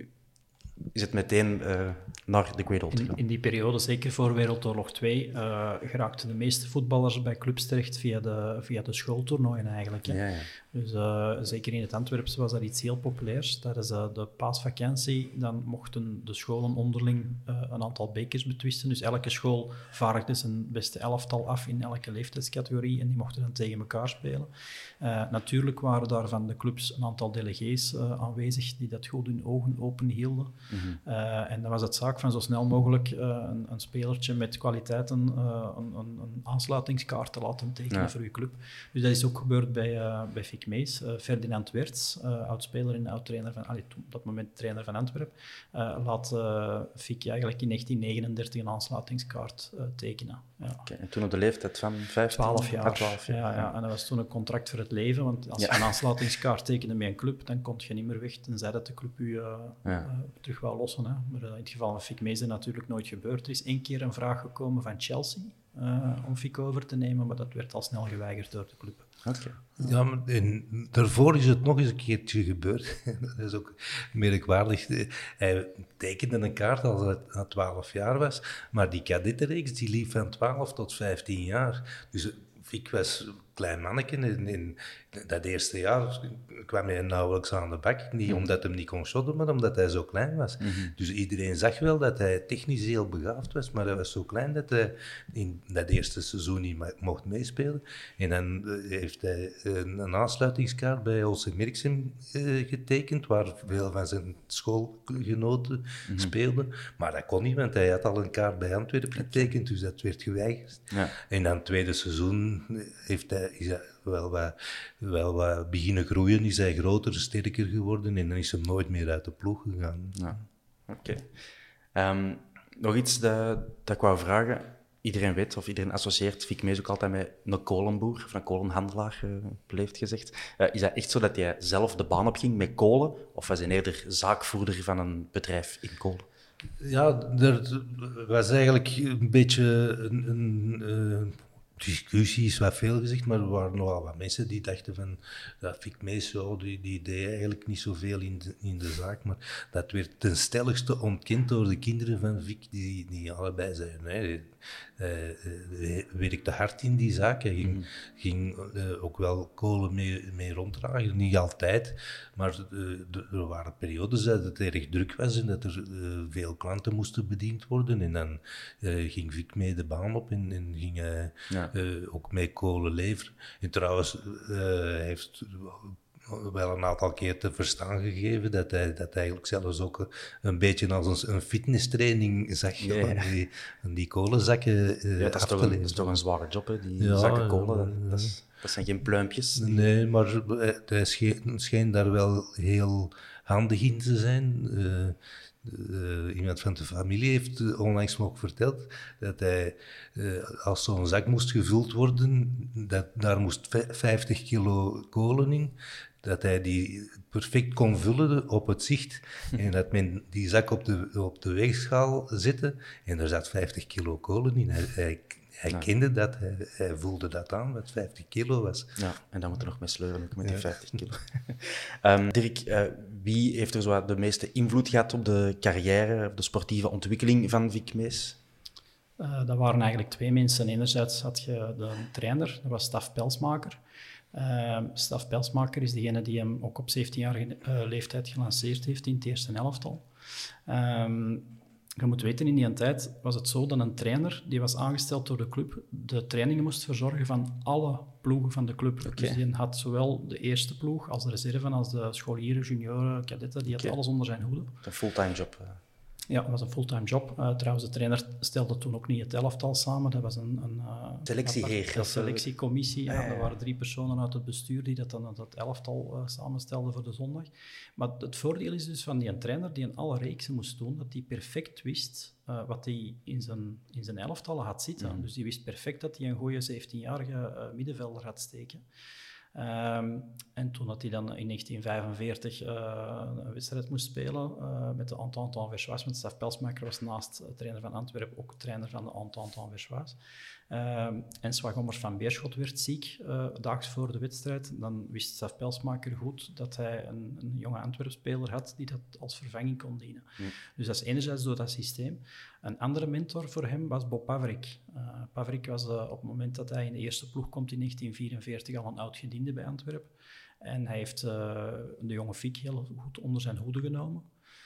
is het meteen uh, naar de Great Old gegaan? In, in die periode, zeker voor Wereldoorlog twee, uh, geraakten de meeste voetballers bij clubs terecht via de, via de schooltoernooien eigenlijk. Hè. Ja, ja. Dus uh, zeker in het Antwerpse was dat iets heel populairs. Tijdens uh, de paasvakantie dan mochten de scholen onderling uh, een aantal bekers betwisten. Dus elke school vaardigde zijn beste elftal af in elke leeftijdscategorie en die mochten dan tegen elkaar spelen. Uh, natuurlijk waren daar van de clubs een aantal delegees uh, aanwezig die dat goed hun ogen open hielden. Mm-hmm. Uh, en dan was het zaak van zo snel mogelijk uh, een, een spelertje met kwaliteiten uh, een, een, een aansluitingskaart te laten tekenen ja. voor je club. Dus dat is ook gebeurd bij, uh, bij Vic Mees. Uh, Ferdinand Werts, uh, oud-speler en oud-trainer van, allee, op dat moment trainer van Antwerpen, uh, laat uh, Vic eigenlijk in negentien negenendertig een aansluitingskaart uh, tekenen. Ja. Okay, en toen op de leeftijd van vijftien? twaalf jaar. twaalf jaar. Ja, ja. En dat was toen een contract voor het leven, want als ja. je een aansluitingskaart tekende met een club, dan kon je niet meer weg, tenzij dat de club u uh, ja. uh, terug wou lossen. Hè. Maar uh, in het geval van Vic Mees is dat natuurlijk nooit gebeurd. Er is één keer een vraag gekomen van Chelsea uh, om Vic over te nemen, maar dat werd al snel geweigerd door de club. Okay. Ja, maar en daarvoor is het nog eens een keertje gebeurd. Dat is ook merkwaardig. Hij tekende een kaart als hij twaalf jaar was, maar die kadettenreeks die liep van twaalf tot vijftien jaar. Dus ik was een klein manneke en in dat eerste jaar kwam hij nauwelijks aan de bak. Niet omdat hij niet kon shotten, maar omdat hij zo klein was. Mm-hmm. Dus iedereen zag wel dat hij technisch heel begaafd was, maar hij was zo klein dat hij in dat eerste seizoen niet mocht meespelen. En dan heeft hij een, een aansluitingskaart bij Olsen Merksem uh, getekend, waar veel van zijn schoolgenoten mm-hmm. speelden. Maar dat kon niet, want hij had al een kaart bij Antwerpen getekend, dus dat werd geweigerd. Ja. En dan het tweede seizoen heeft hij, is hij wel wat, wel wat beginnen groeien, is hij groter, sterker geworden en dan is hij nooit meer uit de ploeg gegaan. Ja. Oké. Okay. Um, nog iets dat, dat ik wou vragen. Iedereen weet, of iedereen associeert Vic Mees ook altijd met een kolenboer, of een kolenhandelaar, uh, beleefd gezegd. Uh, is dat echt zo dat jij zelf de baan opging met kolen, of was hij eerder zaakvoerder van een bedrijf in kolen? Ja, er was eigenlijk een beetje een... een uh, discussie is wat veel gezegd, maar er waren nogal wat mensen die dachten van dat Vic Mees, oh, die, die deed eigenlijk niet zoveel in de, in de zaak, maar dat werd ten stelligste ontkend door de kinderen van Vic, die, die allebei zeiden, nee, hij uh, werkte hard in die zaak, hij ging, mm. ging uh, ook wel kolen mee, mee ronddragen, niet altijd, maar uh, de, er waren periodes dat het erg druk was en dat er uh, veel klanten moesten bediend worden en dan uh, ging Vic mee de baan op en, en ging hij ja. Uh, ook mee kolen leveren. En trouwens, uh, hij heeft wel een aantal keer te verstaan gegeven dat hij dat eigenlijk zelfs ook een beetje als een, een fitnesstraining zag je yeah. om die, die kolenzakken uh, ja, dat, is toch een, dat is toch een zware job, hè? Die ja, zakken kolen. Dat, dat, is, dat zijn geen pluimpjes. Die... Nee, maar hij schijnt, schijnt daar wel heel handig in te zijn. Uh, Uh, iemand van de familie heeft uh, onlangs nog verteld dat hij, uh, als zo'n zak moest gevuld worden, dat, daar moest vijftig kilo kolen in, dat hij die perfect kon vullen op het zicht en dat men die zak op de, op de weegschaal zette en daar zat vijftig kilo kolen in. Hij, hij, hij ja. kende dat, hij, hij voelde dat aan, wat vijftig kilo was. Ja, en dan moet er nog mee sleuren, ook met die ja. vijftig kilo. um, Dirk, uh, wie heeft er zo de meeste invloed gehad op de carrière, op de sportieve ontwikkeling van Vic Mees? Uh, dat waren eigenlijk twee mensen. Enerzijds had je de trainer, dat was Staf Pelsmaker. Uh, Staf Pelsmaker is degene die hem ook op zeventienjarige uh, leeftijd gelanceerd heeft in het eerste elftal. Um, Je moet weten, in die tijd was het zo dat een trainer, die was aangesteld door de club, de trainingen moest verzorgen van alle ploegen van de club. Okay. Dus die had zowel de eerste ploeg als de reserve, als de scholieren, junioren, kadetten, die had okay. alles onder zijn hoede. Een fulltime job. Uh. Ja, dat was een fulltime job. Uh, trouwens, de trainer stelde toen ook niet het elftal samen. Dat was een, een uh, selectieheer. Een selectiecommissie. Ja, er waren drie personen uit het bestuur die dat dan dat elftal uh, samenstelden voor de zondag. Maar het voordeel is dus van die trainer die in alle reeksen moest doen, dat hij perfect wist uh, wat hij in zijn, in zijn elftallen had zitten. Mm. Dus die wist perfect dat hij een goede zeventienjarige uh, middenvelder had steken. Um, en toen dat hij dan in negentien vijfenveertig uh, een wedstrijd moest spelen uh, met de Entente Anversoise, want Staf Pelsmaker was naast trainer van Antwerpen ook trainer van de Entente Anversoise. Um, en Swagommers van Beerschot werd ziek uh, daags voor de wedstrijd. Dan wist Staf Pelsmaker goed dat hij een, een jonge Antwerp-speler had die dat als vervanging kon dienen. Mm. Dus dat is enerzijds door dat systeem. Een andere mentor voor hem was Bob Pavrik. Uh, Pavrik was uh, op het moment dat hij in de eerste ploeg komt in negentien vierenveertig al een oud-gediende bij Antwerpen. En hij heeft uh, de jonge Vic heel goed onder zijn hoede genomen.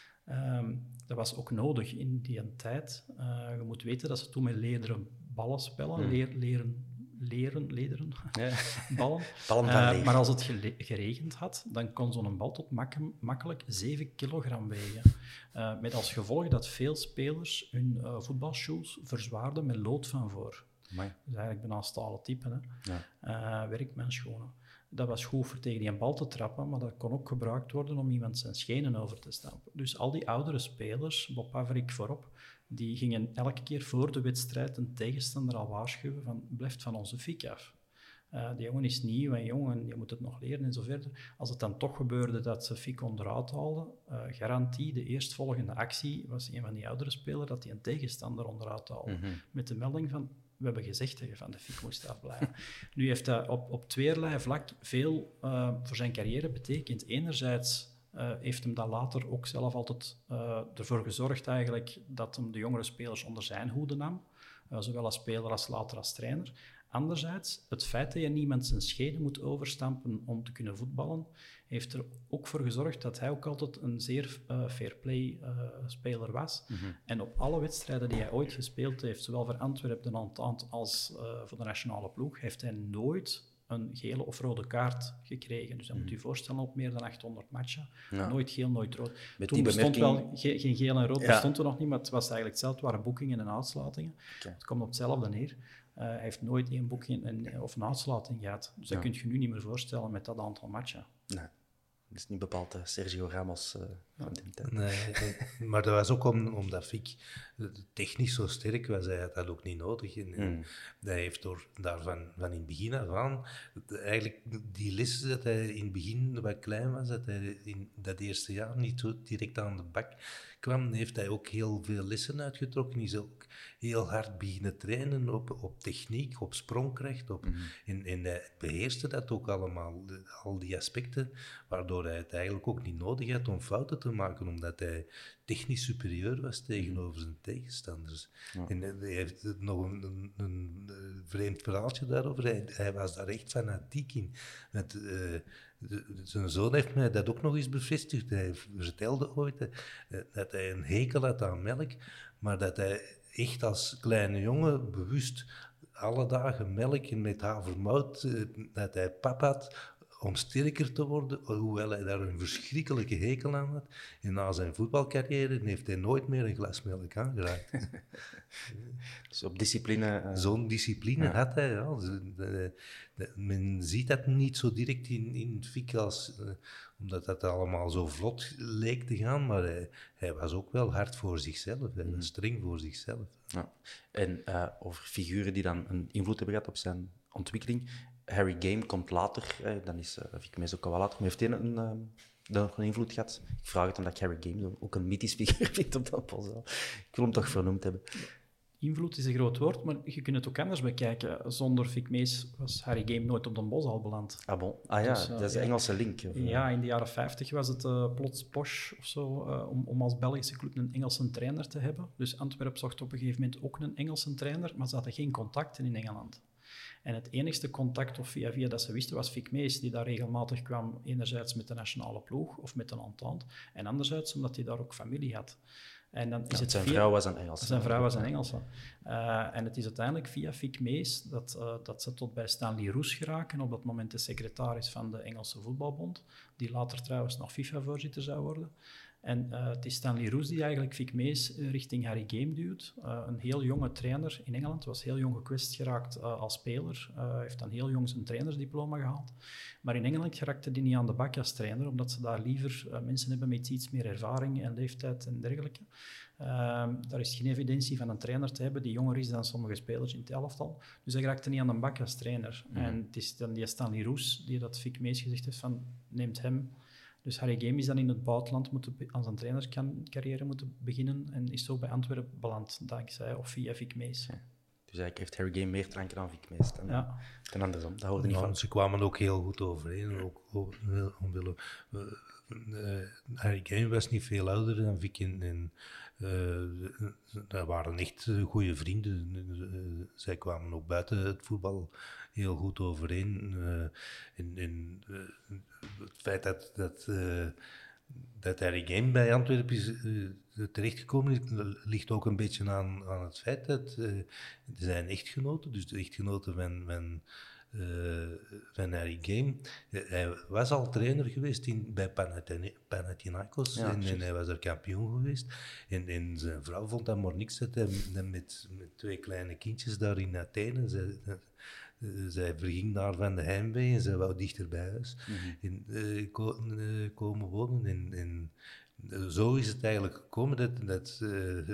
Um, dat was ook nodig in die tijd. Uh, je moet weten dat ze toen met lederen ballen spelen, hmm. Leer, leren, leren, lederen, ja. ballen. ballen van leer. Uh, maar als het gele- geregend had, dan kon zo'n bal tot mak- makkelijk zeven kilogram wegen. Uh, met als gevolg dat veel spelers hun uh, voetbalshoes verzwaarden met lood van voor. Amai. Dus eigenlijk bijna stalen typen, hè. Ja. Uh, werkmanschoenen. Dat was goed voor tegen die een bal te trappen, maar dat kon ook gebruikt worden om iemand zijn schenen over te stampen. Dus al die oudere spelers, Bob Pavrik voorop, die gingen elke keer voor de wedstrijd een tegenstander al waarschuwen van blijf van onze Vic af. Uh, die jongen is nieuw en jong en je moet het nog leren en zo verder. Als het dan toch gebeurde dat ze Vic onderuit haalden, uh, garantie, de eerstvolgende actie was een van die oudere spelers dat hij een tegenstander onderuit haalde. Mm-hmm. Met de melding van we hebben gezegd dat je van de Vic moest afblijven. Nu heeft hij op, op tweeërlei vlak veel uh, voor zijn carrière betekend. Enerzijds uh, heeft hem dat later ook zelf altijd uh, ervoor gezorgd eigenlijk dat hem de jongere spelers onder zijn hoede nam. Uh, zowel als speler als later als trainer. Anderzijds, het feit dat je niemand zijn schenen moet overstampen om te kunnen voetballen, heeft er ook voor gezorgd dat hij ook altijd een zeer uh, fair play uh, speler was. Mm-hmm. En op alle wedstrijden die hij ooit gespeeld heeft, zowel voor Antwerpen, de Entente als uh, voor de nationale ploeg, heeft hij nooit een gele of rode kaart gekregen. Dus dan mm. moet je voorstellen op meer dan achthonderd matchen. Ja. Nooit geel, nooit rood. Met Toen bestond bemerking... wel ge- geen geel en rood, ja. bestond er nog niet, maar het was eigenlijk hetzelfde. Het waren boekingen en uitslatingen. Okay. Het komt op hetzelfde neer. Uh, hij heeft nooit één boekje en, of een uitsluiting gehad. Dus dat ja. kun je je nu niet meer voorstellen met dat aantal matchen. Nee, dat is niet bepaald uh, Sergio Ramos uh, van die tijd. Nee, maar dat was ook om, omdat Fik technisch zo sterk was, hij had dat ook niet nodig. En, en Mm. hij heeft door, daarvan van in het begin af aan, eigenlijk die les dat hij in het begin wat klein was, dat hij in dat eerste jaar niet zo direct aan de bak kwam, heeft hij ook heel veel lessen uitgetrokken. Hij is ook heel hard beginnen trainen op, op techniek, op sprongkracht. Op, Mm. en, en hij beheerste dat ook allemaal, de, al die aspecten, waardoor hij het eigenlijk ook niet nodig had om fouten te maken, omdat hij technisch superieur was tegenover zijn tegenstanders. Ja. En hij heeft nog een, een, een, een vreemd verhaaltje daarover. Hij, hij was daar echt fanatiek in. Met, uh, de, zijn zoon heeft mij dat ook nog eens bevestigd. Hij vertelde ooit uh, dat hij een hekel had aan melk, maar dat hij echt als kleine jongen bewust alle dagen melk en met havermout, uh, dat hij pap had om sterker te worden, hoewel hij daar een verschrikkelijke hekel aan had. En na zijn voetbalcarrière heeft hij nooit meer een glas melk aangeraakt. Dus op discipline... Uh... Zo'n discipline ja. had hij. Ja. De, de, de, men ziet dat niet zo direct in, in het Fik, als, uh, omdat dat allemaal zo vlot leek te gaan, maar hij, hij was ook wel hard voor zichzelf. Hij was streng voor zichzelf. Ja. En uh, over figuren die dan een invloed hebben gehad op zijn ontwikkeling... Harry Game komt later, eh, dan is uh, Fik Mees ook al wel later, maar heeft hij een, een, een, een invloed gehad? Ik vraag het omdat ik Harry Game ook een mythisch figuur vind op dat post. Ik wil hem toch vernoemd hebben. Invloed is een groot woord, maar je kunt het ook anders bekijken. Zonder Fik Mees was Harry Game nooit op Den Bosch al beland. Ah bon? Ah ja, dus, uh, dat is de ja. Engelse link. Of, uh... Ja, in de jaren vijftig was het uh, plots posh of zo, uh, om, om als Belgische club een Engelse trainer te hebben. Dus Antwerp zocht op een gegeven moment ook een Engelse trainer, maar ze hadden geen contacten in Engeland. En het enigste contact of via via dat ze wisten was Fik Mees, die daar regelmatig kwam, enerzijds met de nationale ploeg of met een entente, en anderzijds omdat hij daar ook familie had. En dan is ja, het zijn via... vrouw was een Engelse. Zijn vrouw was een Engelse. Uh, en het is uiteindelijk via Fik Mees dat, uh, dat ze tot bij Stanley Roes geraken, op dat moment de secretaris van de Engelse Voetbalbond, die later trouwens nog FIFA-voorzitter zou worden. En uh, het is Stanley Roes die eigenlijk Fik Mees richting Harry Game duwt. Uh, een heel jonge trainer in Engeland, was heel jong gekwetst geraakt uh, als speler. Uh, heeft dan heel jong zijn trainersdiploma gehaald. Maar in Engeland geraakte hij niet aan de bak als trainer, omdat ze daar liever uh, mensen hebben met iets meer ervaring en leeftijd en dergelijke. Uh, daar is geen evidentie van een trainer te hebben die jonger is dan sommige spelers in het elftal. Dus hij geraakte niet aan de bak als trainer. Mm-hmm. En het is dan die Stanley Roes die dat Fik Mees gezegd heeft van, neemt hem. Dus Harry Game is dan in het buitenland moeten, aan zijn trainerscarrière moeten beginnen en is zo bij Antwerpen beland, dankzij of via Fik Mees. Ja. Dus eigenlijk heeft Harry Game meer te danken aan Fik Mees dan, ja. dan andersom. Dat hoorde niet ja, van. Ze kwamen ook heel goed overeen. Ook, ook, omwille, uh, uh, Harry Game was niet veel ouder dan Fik en, en uh, dat waren echt goede vrienden. Uh, zij kwamen ook buiten het voetbal heel goed overeen. Uh, en, en uh, het feit dat, dat, uh, dat Harry Game bij Antwerpen is uh, terechtgekomen is, ligt ook een beetje aan, aan het feit dat uh, zijn echtgenoten, dus de echtgenoten van, van, uh, van Harry Game, hij was al trainer geweest in, bij Panathinaikos ja, en, en hij was er kampioen geweest. En, en zijn vrouw vond dat maar niks dat hij met, met twee kleine kindjes daar in Athene, zij, zij verging daar van de heimwee en zij wou dichter bij huis mm-hmm. en, uh, ko, uh, komen wonen. En, en zo is het eigenlijk gekomen dat, dat, uh,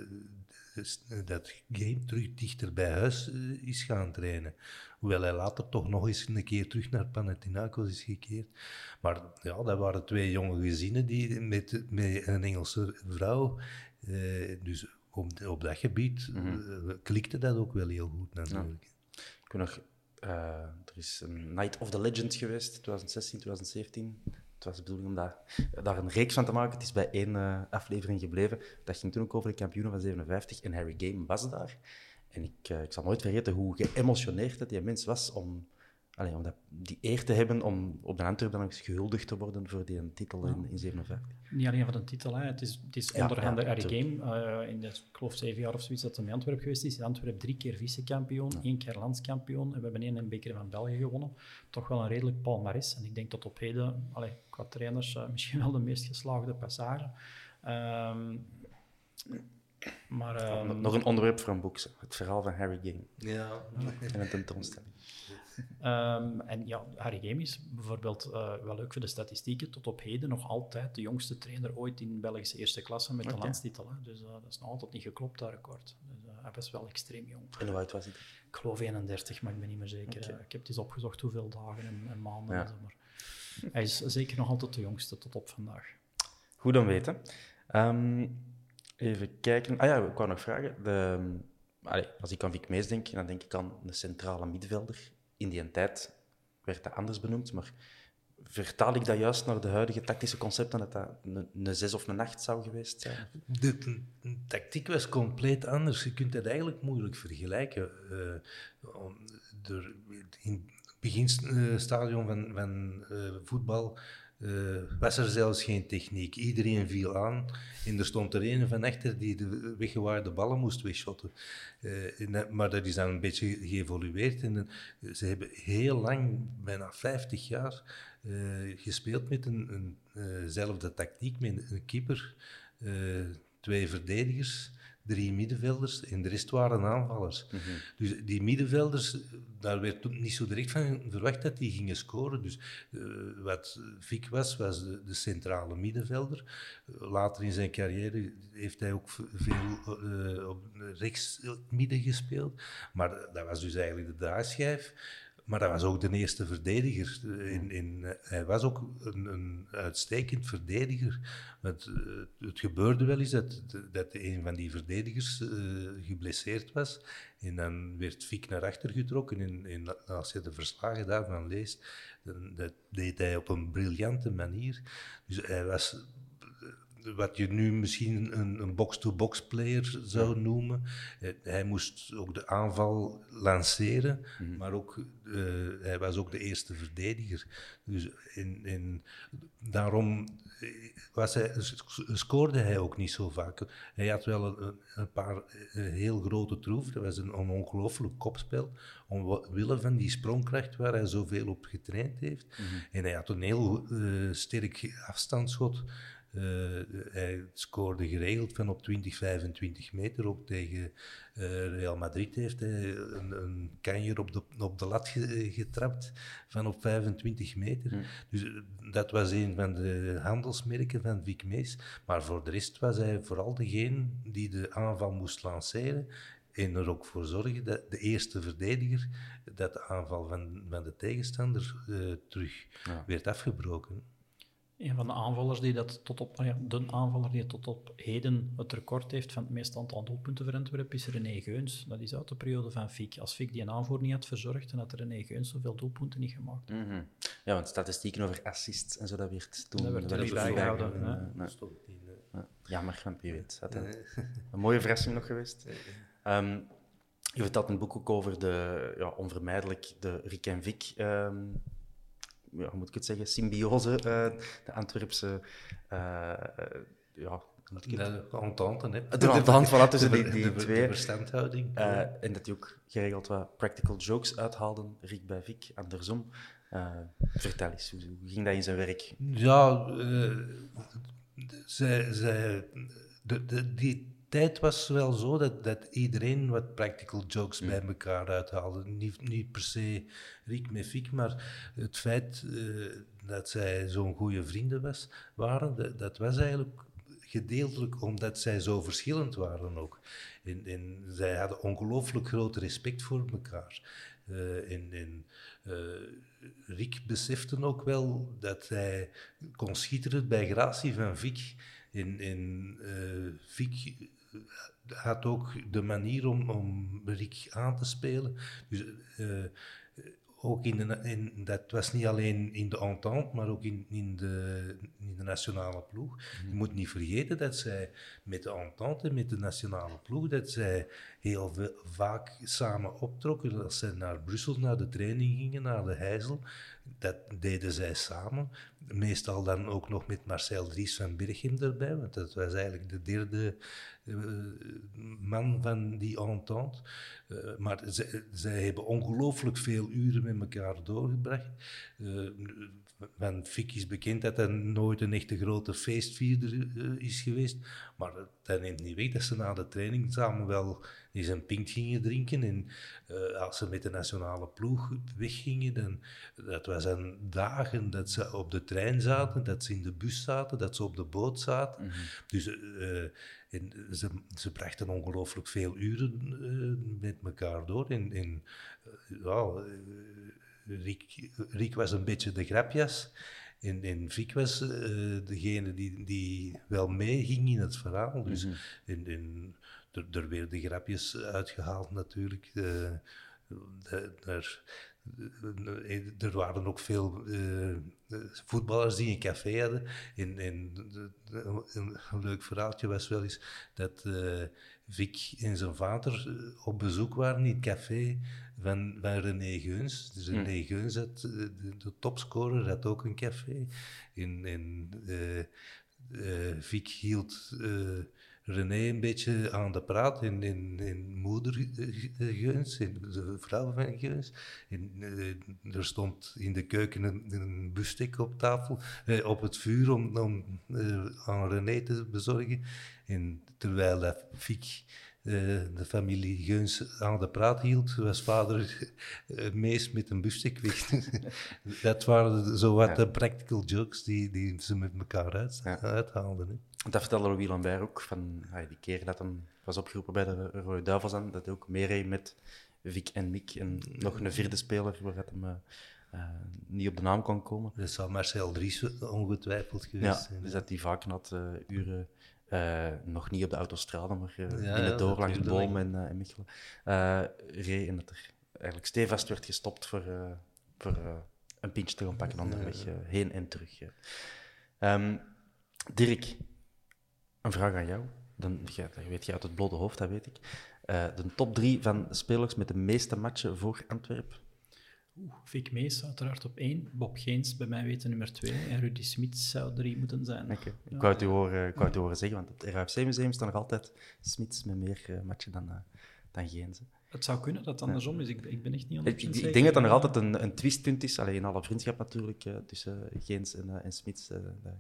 dat Game terug dichter bij huis uh, is gaan trainen. Hoewel hij later toch nog eens een keer terug naar Panathinaikos is gekeerd. Maar ja, dat waren twee jonge gezinnen die met, met een Engelse vrouw. Uh, dus op, op dat gebied mm-hmm. uh, klikte dat ook wel heel goed natuurlijk. Ja. Ik weet nog, uh, er is een Night of the Legend geweest, twintig zestien, twintig zeventien. Het was de bedoeling om daar, daar een reeks van te maken. Het is bij één uh, aflevering gebleven. Dat ging toen ook over de kampioenen van zevenenvijftig. En Harry Game was daar. En ik, uh, ik zal nooit vergeten hoe geëmotioneerd dat die mens was om, allee, om dat, die eer te hebben om op de Antwerp dan nog eens gehuldigd te worden voor die titel in, in zevenenvijftig. Niet alleen van de titel, hè. Het is, het is ja, onderhand ja, de Harry Game. Uh, in de, ik geloof zeven jaar of zoiets dat hij in Antwerp geweest is. In Antwerp drie keer vice-kampioen, ja. één keer landskampioen. En we hebben één een beker van België gewonnen. Toch wel een redelijk palmares. En ik denk tot op heden, allee, qua trainers, uh, misschien wel de meest geslaagde passage. Um, maar, um, Nog een onderwerp voor een boek, het verhaal van Harry Game. Ja. En een tentoonstelling. Um, en ja, Harry Game is bijvoorbeeld uh, wel leuk voor de statistieken. Tot op heden nog altijd de jongste trainer ooit in Belgische eerste klasse met de okay. landstitel. Hè. Dus uh, dat is nog altijd niet geklopt, dat record. Dus uh, hij was wel extreem jong. En hoe oud was hij? Ik geloof eenendertig, maar ik ben niet meer zeker. Okay. Uh, ik heb het eens opgezocht hoeveel dagen en, en maanden. Ja. Maar hij is zeker nog altijd de jongste tot op vandaag. Goed om weten. Um, even kijken. Ah ja, ik wou nog vragen. De, allee, als ik aan Vic Mees denk, dan denk ik aan een centrale middenvelder. In die tijd werd dat anders benoemd, maar vertaal ik dat juist naar de huidige tactische concepten, dat dat een, een zes of een acht zou geweest zijn? De, de, de tactiek was compleet anders. Je kunt het eigenlijk moeilijk vergelijken. Uh, er, in het beginstadium van, van uh, voetbal uh, was er zelfs geen techniek. Iedereen viel aan en er stond er een van achter die de weggewaaide ballen moest wegshotten. Uh, dat, maar dat is dan een beetje geëvolueerd. En uh, ze hebben heel lang, bijna vijftig jaar, uh, gespeeld met een, eenzelfde uh tactiek, met een keeper, uh, twee verdedigers, drie middenvelders en de rest waren aanvallers. Mm-hmm. Dus die middenvelders, daar werd niet zo direct van verwacht dat die gingen scoren. Dus uh, wat Vic was, was de, de centrale middenvelder. Uh, later in zijn carrière heeft hij ook veel uh, op rechts midden gespeeld. Maar dat was dus eigenlijk de draaischijf. Maar hij was ook de eerste verdediger. In, in, hij was ook een, een uitstekend verdediger. Het, het gebeurde wel eens dat, dat een van die verdedigers uh, geblesseerd was. En dan werd Vic naar achter getrokken. En, en als je de verslagen daarvan leest, dan, dat deed hij op een briljante manier. Dus hij was wat je nu misschien een, een box-to-box player zou noemen. Hij moest ook de aanval lanceren, mm-hmm. maar ook, uh, hij was ook de eerste verdediger. Dus in, in, daarom was hij, scoorde hij ook niet zo vaak. Hij had wel een, een paar uh, heel grote troeven. Dat was een, een ongelooflijk kopspel, omwille van die sprongkracht waar hij zoveel op getraind heeft. Mm-hmm. En hij had een heel uh, sterk afstandsschot. Uh, hij scoorde geregeld van op twintig, vijfentwintig meter. Ook tegen uh, Real Madrid heeft hij een, een kanjer op de, op de lat ge, getrapt van op vijfentwintig meter. Mm. Dus uh, dat was een van de handelsmerken van Vic Mees. Maar voor de rest was hij vooral degene die de aanval moest lanceren. En er ook voor zorgen dat de eerste verdediger, dat de aanval van, van de tegenstander uh, terug ja. werd afgebroken. Een van de aanvallers die dat tot op, ja, de aanvaller die tot op heden het record heeft van het meeste aantal doelpunten voor Antwerpen is René Geuns. Dat is uit de periode van Vic. Als Vic die een aanvoer niet had verzorgd, dan had René Geuns zoveel doelpunten niet gemaakt. Mm-hmm. Ja, want statistieken over assists en zo, dat werd toen... Dat werd er niet bijgehouden. Uh, ja. Nee. Ja, jammer, want wie weet. Dat nee. Een mooie verrassing nog geweest. Um, je vertelt in het boek ook over de, ja, onvermijdelijk de Rick en Vic... Um, ja, hoe moet ik het zeggen, symbiose, uh, de Antwerpse, uh, ja... De entente, hè. De entente, voilà, tussen die, die de, de, twee. De verstandhouding. Uh, en dat die ook geregeld wat practical jokes uithaalden, Rick bij Vic, andersom. Uh, vertel eens, hoe, hoe ging dat in zijn werk? Ja, uh, zij, zij, de, de, die... De tijd was wel zo dat, dat iedereen wat practical jokes mm. bij elkaar uithaalde. Niet, niet per se Rick met Vic, maar het feit uh, dat zij zo'n goede vrienden was, waren, dat, dat was eigenlijk gedeeltelijk omdat zij zo verschillend waren ook. En, en zij hadden ongelooflijk groot respect voor elkaar. Uh, en, en uh, Rick besefte ook wel dat hij kon schitteren bij gratie van Vic. En, en uh, Vic had ook de manier om, om Rick aan te spelen. Dus uh, ook in de, in, dat was niet alleen in de entente, maar ook in, in, de, in de nationale ploeg. Mm. Je moet niet vergeten dat zij met de entente, met de nationale ploeg, dat zij heel veel, vaak samen optrokken. Als zij naar Brussel, naar de training gingen, naar de Heijzel, dat deden zij samen. Meestal dan ook nog met Marcel Dries van Berchem erbij, want dat was eigenlijk de derde uh, man van die entente. Uh, maar zij, zij hebben ongelooflijk veel uren met elkaar doorgebracht. Uh, van Fik is bekend dat hij nooit een echte grote feestvierder uh, is geweest. Maar dat neemt niet weg dat ze na de training samen wel eens een pint gingen drinken. En uh, als ze met de nationale ploeg weggingen, dan dat was een dagen dat ze op de trein zaten, dat ze in de bus zaten, dat ze op de boot zaten. Mm-hmm. Dus uh, en ze, ze brachten ongelooflijk veel uren uh, met elkaar door. En, en uh, ja, uh, Rick, Rick was een beetje de grapjas. En, en Vic was uh, degene die, die wel meeging in het verhaal. Dus, mm-hmm. en, en er, er werden grapjes uitgehaald natuurlijk. Uh, de, er, er waren ook veel uh, voetballers die een café hadden. En, en een, een leuk verhaaltje was wel eens dat uh, Vic en zijn vader op bezoek waren in het café van, van René Geuns. Dus René mm. Geuns, had, de, de topscorer, had ook een café. En, en uh, uh, Vic hield uh, René een beetje aan de praat en, en, en moeder Geuns, en de vrouw van Geuns. En, uh, er stond in de keuken een, een bustek op tafel, uh, op het vuur om, om uh, aan René te bezorgen. En terwijl dat Vic uh, de familie Geuns aan de praat hield, was vader uh, Mees met een bustek weg. Dat waren zo wat ja. de practical jokes die, die ze met elkaar uit, ja. uithaalden. Hè. Dat vertelde Louis Lambert ook, van ah, die keer dat hij was opgeroepen bij de Rode Duivels aan, dat hij ook meereed met Vic en Mick en nog een vierde speler, waar hij uh, uh, niet op de naam kon komen. Dat zou Marcel Dries ongetwijfeld geweest ja, zijn. Dus dat die vaak had uh, uren, uh, nog niet op de autostrade, maar uh, ja, in het door ja, langs de Boom en, uh, en Mechelen, uh, reed en dat er eigenlijk stevast werd gestopt voor, uh, voor uh, een pintje te gaan pakken onderweg, uh, heen en terug. Ja. Um, Dirk, een vraag aan jou. Dan, ja, dat weet je uit het blote hoofd, dat weet ik. Uh, de top drie van spelers met de meeste matchen voor Antwerpen. Oeh, Vic Mees uiteraard op één. Bob Geens, bij mij weten nummer twee. En Rudy Smit zou drie moeten zijn. Okay. Ja. Ik wou het u horen, ik wou het u horen zeggen, want het R F C-museum staat nog altijd Smits met meer uh, matchen dan, uh, dan Geens. Het zou kunnen dat het andersom is. Ik, ik ben echt niet honderd procent ik, zeker. Ik denk dat er nog altijd een, een twistpunt is, alleen in alle vriendschap natuurlijk, uh, tussen Geens en, uh, en Smits. Uh,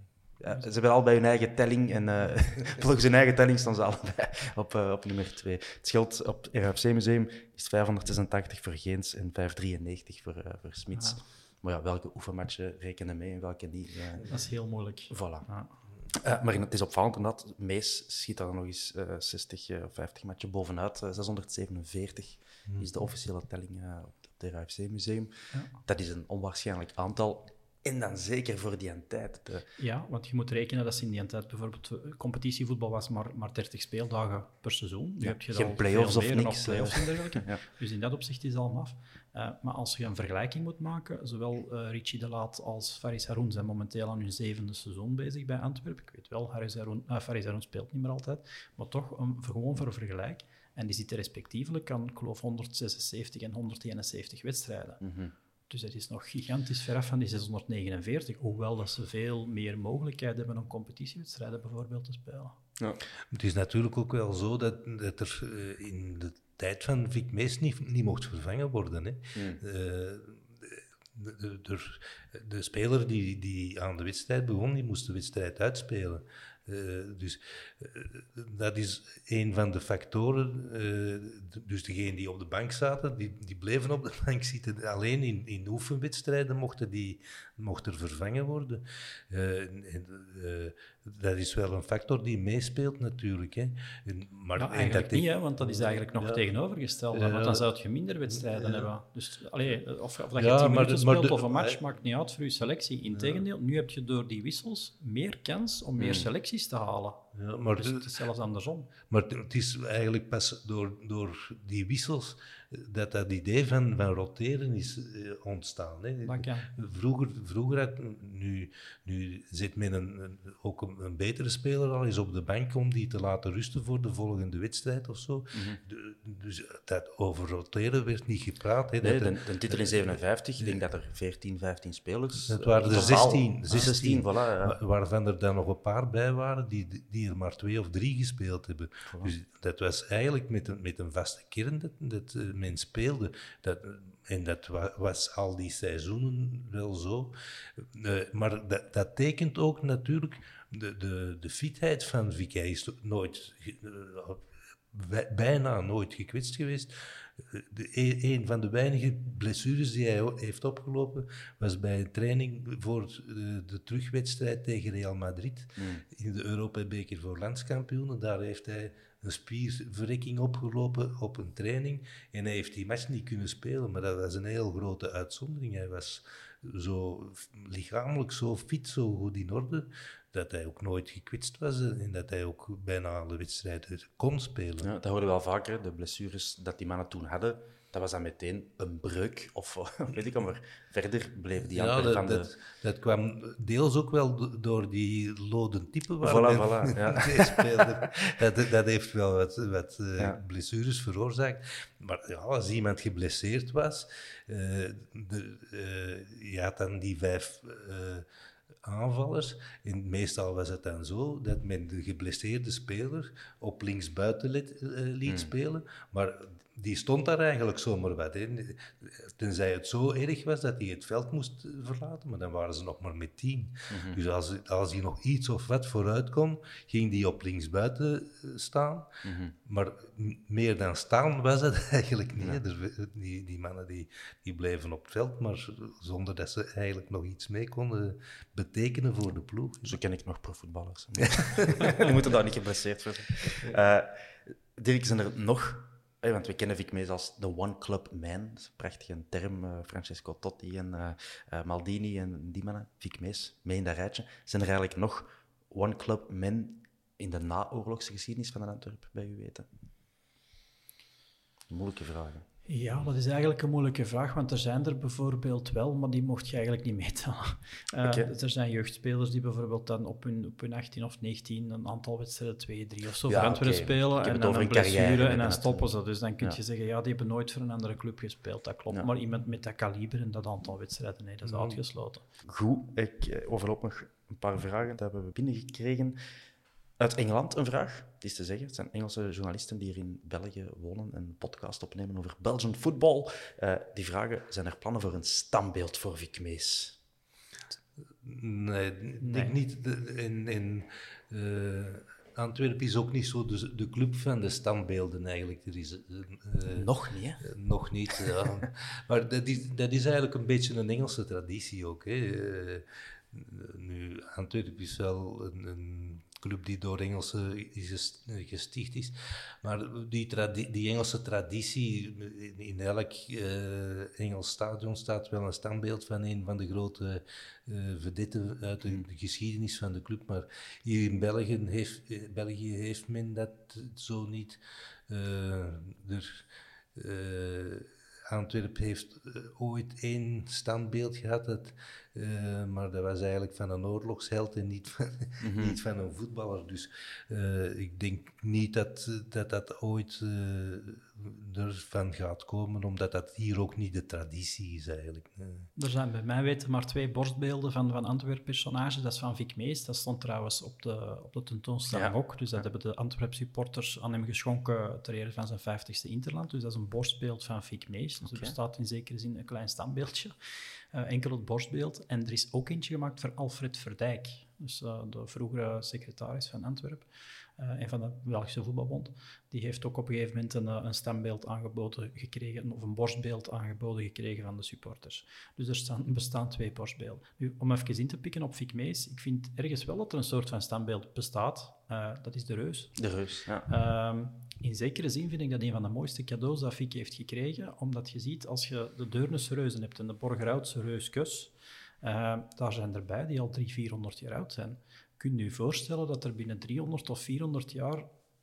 Ja, ze hebben allebei hun eigen telling en uh, volgens hun eigen telling staan ze allebei op, uh, op nummer twee. Het scheelt op het R F C-museum is vijfhonderdzesentachtig voor Geens en vijfhonderddrieënnegentig voor, uh, voor Smits. Ah. Maar ja, welke oefenmatchen rekenen mee en welke niet? Uh, dat is heel moeilijk. Voilà. Ah. Uh, maar het is opvallend omdat Mees schiet daar nog eens uh, zestig of uh, vijftig matchen bovenuit. Uh, zeshonderdzevenenveertig hmm. is de officiële telling uh, op het R F C-museum. Ja. Dat is een onwaarschijnlijk aantal. En dan zeker voor die tijd. De... Ja, want je moet rekenen dat in die tijd bijvoorbeeld competitievoetbal was maar, maar dertig speeldagen per seizoen. Nu ja, heb je geen play-offs of niks. Play-offs en dergelijke. Ja. Dus in dat opzicht is het allemaal af. Uh, maar als je een vergelijking moet maken, zowel uh, Richie de Laat als Faris Haroun zijn momenteel aan hun zevende seizoen bezig bij Antwerpen. Ik weet wel, Faris Haroun, uh, Faris Haroun speelt niet meer altijd, maar toch um, gewoon voor vergelijk. En die zitten respectievelijk aan, ik geloof, honderdzesenzeventig en honderdeenenzeventig wedstrijden. Mm-hmm. Dus dat is nog gigantisch veraf van die zeshonderdnegenenveertig, hoewel dat ze veel meer mogelijkheid hebben om competitiewedstrijden bijvoorbeeld te spelen. Ja. Het is natuurlijk ook wel zo dat, dat er uh, in de tijd van Vic Mees niet, niet mocht vervangen worden. Hè. Mm. Uh, de, de, de, de speler die, die aan de wedstrijd begon, die moest de wedstrijd uitspelen. Uh, dus uh, dat is een van de factoren. Uh, dus degenen die op de bank zaten, die, die bleven op de bank zitten. Alleen in, in oefenwedstrijden mochten die mochten vervangen worden. Uh, en, uh, dat is wel een factor die meespeelt natuurlijk. Hè. En, maar ja, eigenlijk dat niet, hè, want dat is eigenlijk nog ja, tegenovergesteld. Uh, want dan zou je minder wedstrijden uh, hebben. Dus, allee, of, of dat je ja, tien minuten speelt de, of een match, uh, maakt niet uit voor je selectie. Integendeel, uh, nu heb je door die wissels meer kans om meer uh, selecties te halen. Ja, maar dus het is zelfs andersom. Maar het is eigenlijk pas door, door die wissels dat dat idee van, van roteren is uh, ontstaan. Hè. Dat kan. Vroeger, vroeger had, nu, nu zit men een, een, ook een, een betere speler al eens op de bank om die te laten rusten voor de volgende wedstrijd of zo. Mm-hmm. De, dus dat over roteren werd niet gepraat. Hè, nee, dat de, de titel in zevenenvijftig, uh, ik denk dat er veertien, vijftien spelers... Het waren er zestien, zestien, voilà, ja. Waarvan er dan nog een paar bij waren die, die die er maar twee of drie gespeeld hebben. Voilà. Dus dat was eigenlijk met een, met een vaste kern dat, dat uh, men speelde. Dat, en dat wa- was al die seizoenen wel zo. Uh, maar dat, dat tekent ook natuurlijk de, de, de fitheid van Vic. Hij is nooit... Uh, bijna nooit gekwetst geweest. De, een van de weinige blessures die hij heeft opgelopen was bij een training voor de, de terugwedstrijd tegen Real Madrid mm. in de Europa-beker voor landskampioenen. Daar heeft hij een spierverrekking opgelopen op een training en hij heeft die match niet kunnen spelen, maar dat was een heel grote uitzondering. Hij was zo lichamelijk zo fit, zo goed in orde, dat hij ook nooit gekwetst was en dat hij ook bijna alle wedstrijden kon spelen. Ja, dat hoorden we wel vaker, de blessures dat die mannen toen hadden, dat was dan meteen een breuk, of weet ik al, maar verder bleef die ja, amper dat, van de... Dat, dat kwam deels ook wel door die loden typen waar voilà, men voilà, ja. speelde. Dat, dat heeft wel wat, wat uh, ja. blessures veroorzaakt. Maar ja, als iemand geblesseerd was, uh, de, uh, je had dan die vijf... Uh, aanvallers. En meestal was het dan zo dat men de geblesseerde speler op linksbuiten liet, uh, liet hmm. spelen, maar die stond daar eigenlijk zomaar wat. Hè. Tenzij het zo erg was dat hij het veld moest verlaten, maar dan waren ze nog maar met tien. Mm-hmm. Dus als, als hij nog iets of wat vooruit kon, ging die op linksbuiten staan. Mm-hmm. Maar meer dan staan was het eigenlijk niet. Ja. Er, die, die mannen die, die bleven op het veld, maar zonder dat ze eigenlijk nog iets mee konden betekenen voor de ploeg. Zo ken ik nog profvoetballers. We moeten daar niet geblesseerd worden. Uh, Dirk, zijn er nog... Hey, want we kennen Vic Mees als de One Club Man. Dat is een prachtige term. Uh, Francesco Totti en uh, uh, Maldini en die mannen. Vic Mees, mee in dat rijtje. Zijn er eigenlijk nog One Club Men in de naoorlogse geschiedenis van Antwerpen, bij u weten? Moeilijke vragen. Ja, dat is eigenlijk een moeilijke vraag, want er zijn er bijvoorbeeld wel, maar die mocht je eigenlijk niet meetellen. Uh, okay. Er zijn jeugdspelers die bijvoorbeeld dan op hun, op hun achttien of negentien een aantal wedstrijden, twee, drie of zo, ja, voor Antwerpen okay. spelen en dan een blessure en dan stoppen ze. Dus dan kun je ja. zeggen, ja, die hebben nooit voor een andere club gespeeld, dat klopt. Ja. Maar iemand met dat kaliber en dat aantal wedstrijden, nee, dat is mm. uitgesloten. Goed, ik overloop nog een paar vragen, dat hebben we binnengekregen. Uit Engeland een vraag, het is te zeggen. Het zijn Engelse journalisten die hier in België wonen en een podcast opnemen over Belgian football. Uh, die vragen, zijn er plannen voor een standbeeld voor Vic Mees? Nee, ik nee. denk niet. In, in uh, Antwerpen is ook niet zo de, de club van de standbeelden eigenlijk. Er is, uh, nog niet, hè? Uh, nog niet, ja. Maar dat is, dat is eigenlijk een beetje een Engelse traditie ook. Hè. Uh, nu, Antwerpen is wel een... een club die door Engelsen is gesticht is. Maar die, tradi- die Engelse traditie, in, in elk uh, Engels stadion staat wel een standbeeld van een van de grote uh, vedetten uit de, de geschiedenis van de club. Maar hier in België heeft, uh, België heeft men dat zo niet. Uh, er, uh, Antwerpen heeft uh, ooit één standbeeld gehad, dat, uh, maar dat was eigenlijk van een oorlogsheld en niet van, mm-hmm. niet van een voetballer. Dus uh, ik denk niet dat dat, dat ooit uh, ervan gaat komen, omdat dat hier ook niet de traditie is eigenlijk. Uh. Er zijn bij mij weten maar twee borstbeelden van, van Antwerp-personages. Dat is van Vic Mees, dat stond trouwens op de, op de tentoonstelling ja. ook. Dus dat ja. hebben de Antwerp-supporters aan hem geschonken ter ere van zijn vijftigste Interland. Dus dat is een borstbeeld van Vic Mees. Dus okay. er bestaat in zekere zin een klein standbeeldje. Uh, enkel het borstbeeld. En er is ook eentje gemaakt voor Alfred Verdijk. Dus uh, de vroegere secretaris van Antwerpen uh, en van de Belgische Voetbalbond. Die heeft ook op een gegeven moment een, een standbeeld aangeboden gekregen, of een borstbeeld aangeboden gekregen van de supporters. Dus er staan, bestaan twee borstbeelden. Nu, om even in te pikken op Vic Mees, ik vind ergens wel dat er een soort van standbeeld bestaat. Uh, dat is de Reus. De Reus, ja. Uh, in zekere zin vind ik dat een van de mooiste cadeaus dat Vic heeft gekregen, omdat je ziet, als je de Deurnense reuzen hebt en de Borgerhoutse reuskus, uh, daar zijn erbij die al driehonderd, vierhonderd jaar oud zijn. Kun je je voorstellen dat er binnen driehonderd of vierhonderd jaar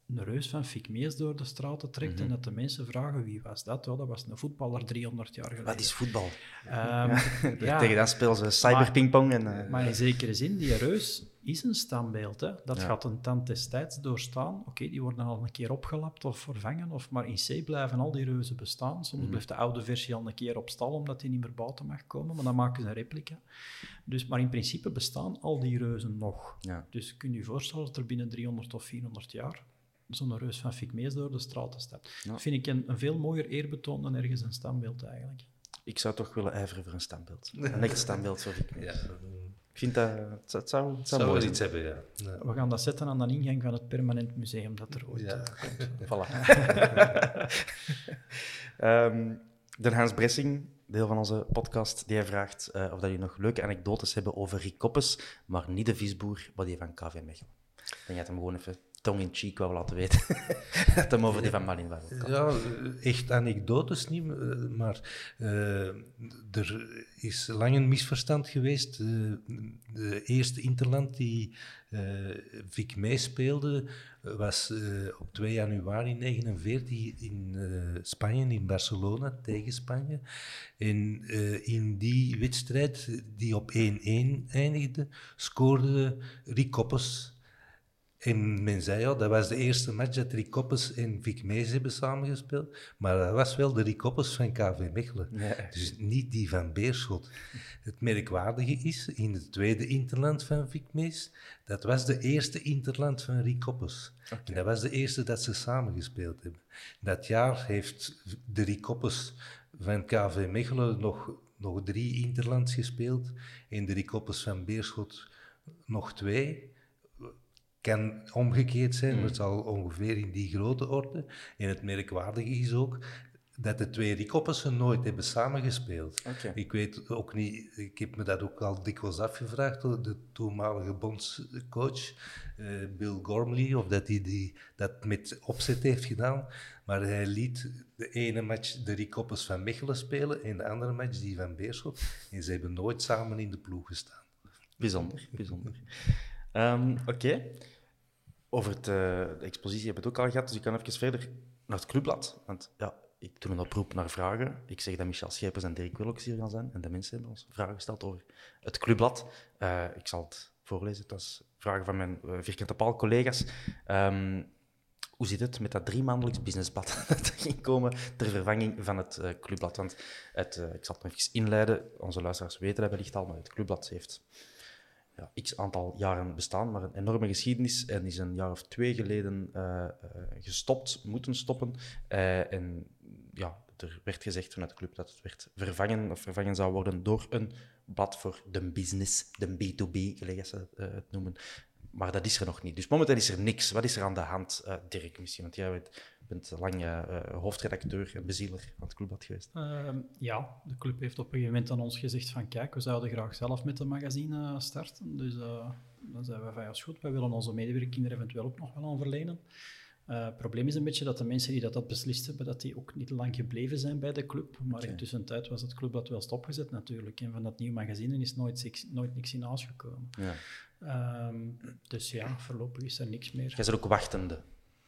een reus van Fick Mees door de straten trekt mm-hmm. en dat de mensen vragen wie was dat? Oh, dat was een voetballer driehonderd jaar geleden. Wat is voetbal? Um, ja, ja. Tegen dat spelen ze cyberpingpong. En, uh, maar in zekere zin, die reus is een standbeeld. Hè? Dat ja. gaat een tand destijds doorstaan. Oké, okay, die worden al een keer opgelapt of vervangen, of, maar in C blijven al die reuzen bestaan. Soms mm-hmm. blijft de oude versie al een keer op stal, omdat die niet meer buiten mag komen, maar dan maken ze een replica. Dus, maar in principe bestaan al die reuzen nog. Ja. Dus kun je je voorstellen dat er binnen driehonderd of vierhonderd jaar zo'n reus van Fick Mees door de straten stapt. Ja. Dat vind ik een, een veel mooier eerbetoon dan ergens een standbeeld eigenlijk. Ik zou toch willen ijveren voor een standbeeld. Een echt standbeeld voor Fick Mees. Ja. Ik vind dat... Het, het zou, het zou, zou mooi iets hebben, ja. ja. We gaan dat zetten aan de ingang van het permanent museum dat er ooit ja. uh, komt. Voilà. um, de Hans Bressing, deel van onze podcast, die vraagt uh, of dat jullie nog leuke anekdotes hebben over Rick Koppes, maar niet de visboer, maar die van K V Mechelen. Dan gaat hem gewoon even tong-in-cheek wel laten weten dat hem over die van Malin was. Ja, echt anekdotes niet, maar uh, er is lang een misverstand geweest. Uh, de eerste interland die uh, Fick Mees speelde was uh, op twee januari negenenveertig in uh, Spanje, in Barcelona, tegen Spanje. En uh, in die wedstrijd, die op één-één eindigde, scoorde Rick Koppes. En men zei, ja, dat was de eerste match dat Rick Koppes en Fick Mees hebben samengespeeld. Maar dat was wel de Rick Koppes van K V Mechelen. Ja. Dus niet die van Beerschot. Het merkwaardige is, in het tweede interland van Fick Mees, dat was de eerste interland van Rick Koppes. Okay. En dat was de eerste dat ze samengespeeld hebben. Dat jaar heeft de Rick Koppes van K V Mechelen nog, nog drie interlands gespeeld. En de Rick Koppes van Beerschot nog twee. Kan omgekeerd zijn, maar mm. het zal ongeveer in die grote orde. En het merkwaardige is ook dat de twee Rick Koppessen nooit hebben samengespeeld. Okay. Ik weet ook niet, ik heb me dat ook al dikwijls afgevraagd door de toenmalige bondscoach uh, Bill Gormley, of dat hij die, dat met opzet heeft gedaan. Maar hij liet de ene match de Rick Koppes van Mechelen spelen en de andere match die van Beerschot. En ze hebben nooit samen in de ploeg gestaan. Bijzonder, bijzonder. Um, Oké. Okay. Over het, uh, de expositie hebben we het ook al gehad, dus ik kan even verder naar het clubblad. Want ja, ik doe een oproep naar vragen. Ik zeg dat Michel Schepers en Dirk Willocks hier gaan zijn en de mensen hebben ons vragen gesteld over het clubblad. Uh, ik zal het voorlezen. Het was vragen van mijn uh, vierkante paal collega's. Um, hoe zit het met dat drie maandelijks businessblad dat ging komen ter vervanging van het uh, clubblad? Want het, uh, ik zal het nog even inleiden. Onze luisteraars weten dat wellicht al, maar het clubblad heeft ja, x aantal jaren bestaan, maar een enorme geschiedenis en is een jaar of twee geleden uh, uh, gestopt, moeten stoppen. Uh, en ja, er werd gezegd vanuit de club dat het werd vervangen of vervangen zou worden door een blad voor de business, de B to B, gelijk ze uh, het noemen. Maar dat is er nog niet. Dus momenteel is er niks. Wat is er aan de hand, uh, Dirk, misschien? Want jij bent lang uh, hoofdredacteur en bezieler van het clubblad geweest. Uh, ja, de club heeft op een gegeven moment aan ons gezegd van kijk, we zouden graag zelf met een magazine starten. Dus uh, dan zeiden we van ja, is goed, wij willen onze medewerking er eventueel ook nog wel aan verlenen. Uh, het probleem is een beetje dat de mensen die dat, dat beslist hebben, dat die ook niet lang gebleven zijn bij de club. Maar okay. Intussen tijd was het clubblad wel stopgezet natuurlijk. En van dat nieuwe magazine is nooit, nooit niks in huis gekomen. Ja. Um, dus ja, voorlopig is er niks meer. Jij bent ook wachtende.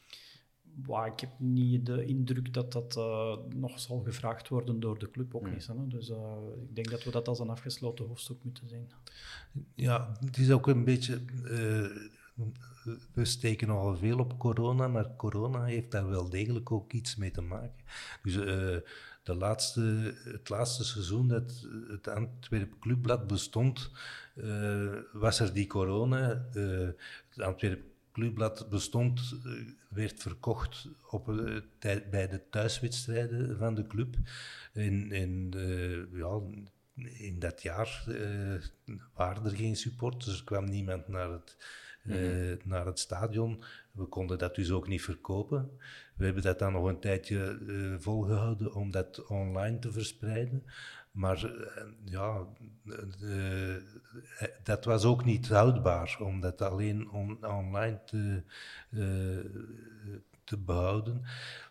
Wow, ik heb niet de indruk dat dat uh, nog zal gevraagd worden door de club ook mm. niet. Hè? Dus uh, ik denk dat we dat als een afgesloten hoofdstuk moeten zien. Ja, het is ook een beetje... Uh, we steken nogal veel op corona, maar corona heeft daar wel degelijk ook iets mee te maken. Dus uh, de laatste, het laatste seizoen dat het Antwerp Clubblad bestond, uh, was er die corona. Uh, het Antwerp Clubblad bestond, uh, werd verkocht op, uh, tij- bij de thuiswedstrijden van de club. En, en uh, ja... In dat jaar uh, waren er geen supporters, er kwam niemand naar het, uh, mm-hmm. naar het stadion. We konden dat dus ook niet verkopen. We hebben dat dan nog een tijdje uh, volgehouden om dat online te verspreiden. Maar uh, ja, uh, dat was ook niet houdbaar om dat alleen on- online te, uh, te behouden.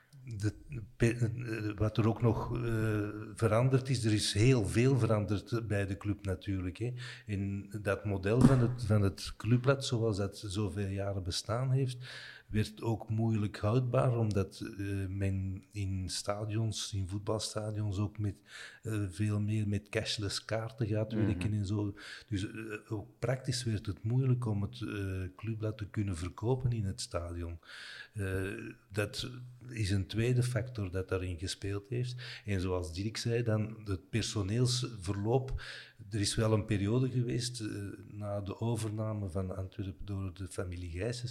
De, wat er ook nog uh, veranderd is, er is heel veel veranderd bij de club natuurlijk. Hè. In dat model van het, van het clubblad, zoals dat zoveel jaren bestaan heeft, werd ook moeilijk houdbaar, omdat uh, men in stadions, in voetbalstadions, ook met uh, veel meer met cashless kaarten gaat werken mm-hmm. en zo. Dus uh, ook praktisch werd het moeilijk om het uh, clubblad te kunnen verkopen in het stadion. Uh, dat is een tweede factor dat daarin gespeeld heeft. En zoals Dirk zei, dan het personeelsverloop. Er is wel een periode geweest, uh, na de overname van Antwerpen door de familie Gijsens,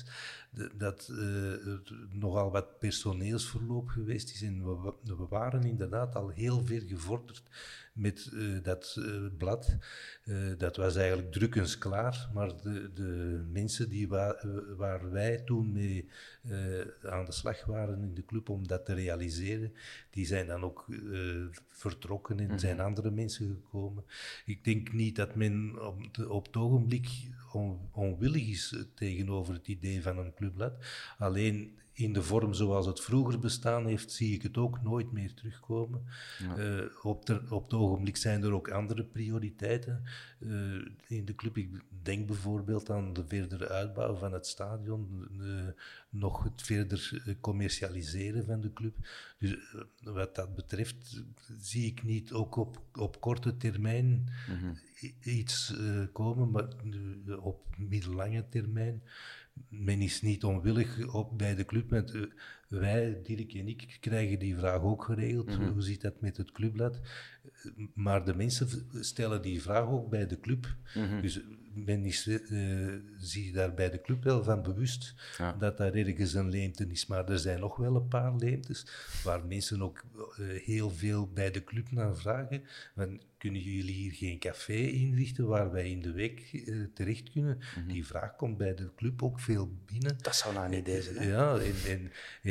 dat uh, er nogal wat personeelsverloop geweest is. En we, we waren inderdaad al heel ver gevorderd met uh, dat uh, blad. Uh, dat was eigenlijk drukkens klaar, maar de, de mensen die wa- waar wij toen mee uh, aan de slag waren in de club om dat te realiseren, die zijn dan ook uh, vertrokken en mm-hmm. zijn andere mensen gekomen. Ik denk niet dat men op, de, op het ogenblik on, onwillig is tegenover het idee van een clubblad. Alleen in de vorm zoals het vroeger bestaan heeft, zie ik het ook nooit meer terugkomen. Ja. Uh, op, de, op het ogenblik zijn er ook andere prioriteiten uh, in de club. Ik denk bijvoorbeeld aan de verdere uitbouw van het stadion, uh, nog het verder commercialiseren van de club. Dus uh, wat dat betreft zie ik niet ook op, op korte termijn mm-hmm. iets uh, komen, maar uh, op middellange termijn. Men is niet onwillig op, bij de club. Met, uh, wij, Dirk en ik, krijgen die vraag ook geregeld. Mm-hmm. Hoe zit dat met het clubblad? Uh, maar de mensen stellen die vraag ook bij de club. Mm-hmm. Dus men is uh, zich daar bij de club wel van bewust ja. dat daar ergens een leemte is. Maar er zijn nog wel een paar leemtes waar mensen ook uh, heel veel bij de club naar vragen. Van, kunnen jullie hier geen café inrichten waar wij in de week uh, terecht kunnen? Mm-hmm. Die vraag komt bij de club ook veel binnen. Dat zou nou een idee zijn. Hè? Ja, en, en,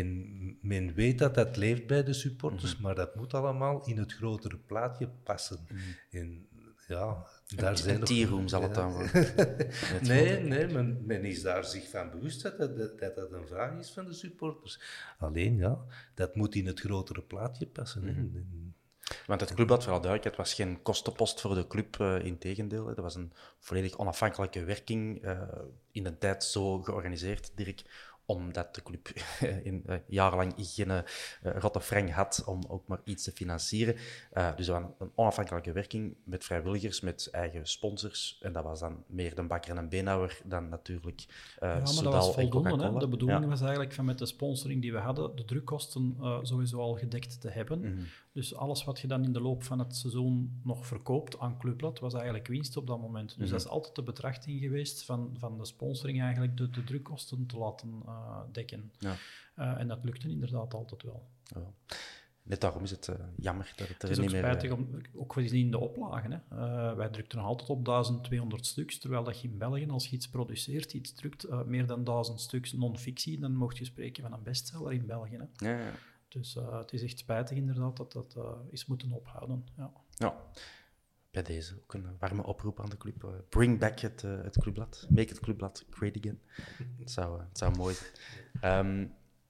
en men weet dat dat leeft bij de supporters, mm-hmm. maar dat moet allemaal in het grotere plaatje passen. Mm-hmm. En ja, daar een, zijn een nog... tearroom zal het dan worden. nee, nee men, men is daar zich van bewust dat dat, dat dat een vraag is van de supporters. Alleen, ja, dat moet in het grotere plaatje passen. Mm-hmm. Hè. En, Want het clubblad, vooral duidelijk, het was geen kostenpost voor de club, uh, integendeel. Dat was een volledig onafhankelijke werking, uh, in de tijd zo georganiseerd, Dirk, omdat de club in, uh, jarenlang geen uh, rotte frank had om ook maar iets te financieren. Uh, dus dat was een onafhankelijke werking met vrijwilligers, met eigen sponsors. En dat was dan meer de bakker en een beenhouwer dan natuurlijk uh, ja, maar Soudal dat was voldoende, en Coca-Cola. Hè? De bedoeling ja. was eigenlijk van met de sponsoring die we hadden, de drukkosten uh, sowieso al gedekt te hebben. Mm-hmm. Dus alles wat je dan in de loop van het seizoen nog verkoopt aan Clubblad, was eigenlijk winst op dat moment. Dus mm-hmm. dat is altijd de betrachting geweest van, van de sponsoring eigenlijk de, de drukkosten te laten uh, dekken. Ja. Uh, en dat lukte inderdaad altijd wel. Ja. Net daarom is het uh, jammer dat het er het is niet ook meer... spijtig, om, ook gezien de oplagen. Hè. Uh, wij drukten nog altijd op duizend tweehonderd stuks, terwijl dat je in België, als je iets produceert, iets drukt, uh, meer dan duizend stuks non-fictie, dan mocht je spreken van een bestseller in België. Hè. Ja, ja. Dus uh, het is echt spijtig inderdaad dat dat uh, is moeten ophouden. Ja. ja. Bij deze ook een warme oproep aan de club. Uh, bring back het, uh, het clubblad. Make het clubblad great again. Het zou, het zou mooi zijn. Um,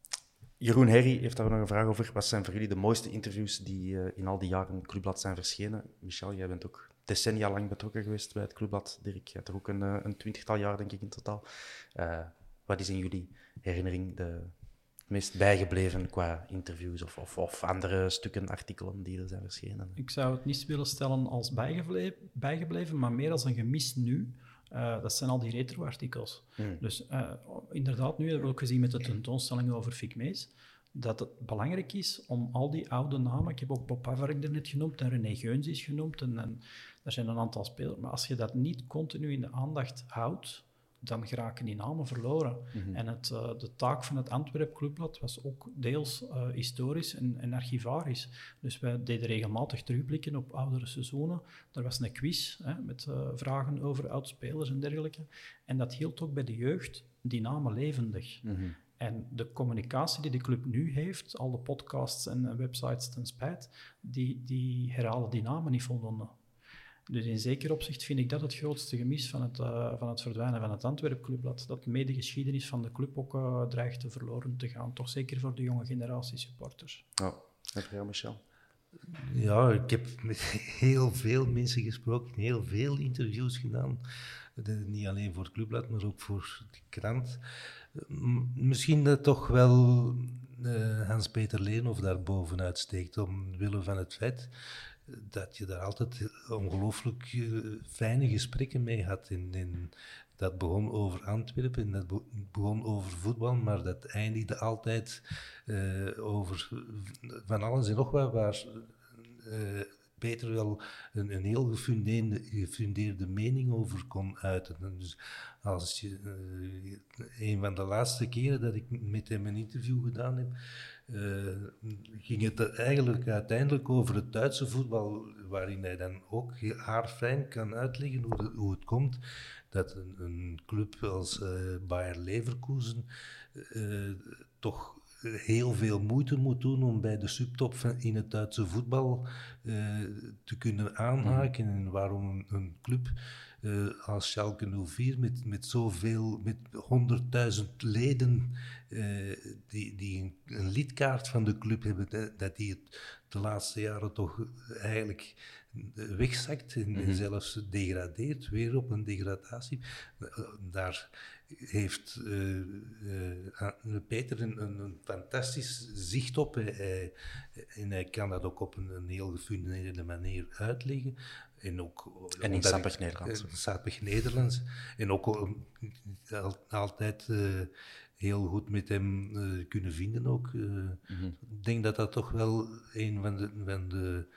Jeroen Herry heeft daar nog een vraag over. Wat zijn voor jullie de mooiste interviews die uh, in al die jaren in het clubblad zijn verschenen? Michel, jij bent ook decennia lang betrokken geweest bij het clubblad. Dirk, jij hebt er ook een, een twintigtal jaar, denk ik, in totaal. Uh, wat is in jullie herinnering de meest bijgebleven qua interviews of, of, of andere stukken, artikelen die er zijn verschenen? Ik zou het niet willen stellen als bijgebleven, bijgebleven maar meer als een gemis nu. Uh, dat zijn al die retro-artikels. Hmm. Dus uh, inderdaad, nu hebben we ook gezien met de tentoonstelling over Fick Mees, dat het belangrijk is om al die oude namen, ik heb ook Bob Pavarik er net genoemd, en René Geuns is genoemd, en, en er zijn een aantal spelers, maar als je dat niet continu in de aandacht houdt, dan geraken die namen verloren. Mm-hmm. En het, uh, de taak van het Antwerp Clubblad was ook deels uh, historisch en, en archivarisch. Dus wij deden regelmatig terugblikken op oudere seizoenen. Er was een quiz hè, met uh, vragen over oudspelers en dergelijke. En dat hield ook bij de jeugd die namen levendig. Mm-hmm. En de communicatie die de club nu heeft, al de podcasts en websites ten spijt, die, die herhalen die namen niet voldoende. Dus in zeker opzicht vind ik dat het grootste gemis van het, uh, van het verdwijnen van het Antwerp Clubblad. Dat mede geschiedenis van de club ook uh, dreigt te verloren te gaan. Toch zeker voor de jonge generatie supporters. Ja, en voor jou, Michel? Ja, ik heb met heel veel mensen gesproken, heel veel interviews gedaan. Niet alleen voor het Clubblad, maar ook voor de krant. M- misschien dat toch wel uh, Hans-Peter Leenhoff daar bovenuit steekt, omwille van het feit dat je daar altijd ongelooflijk uh, fijne gesprekken mee had. In, in, dat begon over Antwerpen en dat begon over voetbal, maar dat eindigde altijd uh, over van alles en nog wat, waar uh, Peter wel een, een heel gefundeerde, gefundeerde mening over kon uiten. En dus als je, uh, een van de laatste keren dat ik met hem een interview gedaan heb, uh, ging het eigenlijk uiteindelijk over het Duitse voetbal, waarin hij dan ook haarfijn kan uitleggen hoe, de, hoe het komt dat een, een club als uh, Bayer Leverkusen uh, toch heel veel moeite moet doen om bij de subtop van in het Duitse voetbal uh, te kunnen aanhaken. En waarom een, een club uh, als Schalke nul vier met, met zoveel, met honderdduizend leden uh, die, die een, een lidkaart van de club hebben, dat, dat die het de laatste jaren toch eigenlijk wegzakt en, mm-hmm. en zelfs degradeert, weer op een degradatie. Daar heeft uh, uh, Peter een, een, een fantastisch zicht op hij, en hij kan dat ook op een, een heel gefundeerde manier uitleggen. En, ook, en in sappig Nederlands. In sappig Nederlands. En ook uh, altijd uh, heel goed met hem uh, kunnen vinden ook. Uh, mm-hmm. Ik denk dat dat toch wel een van de... Van de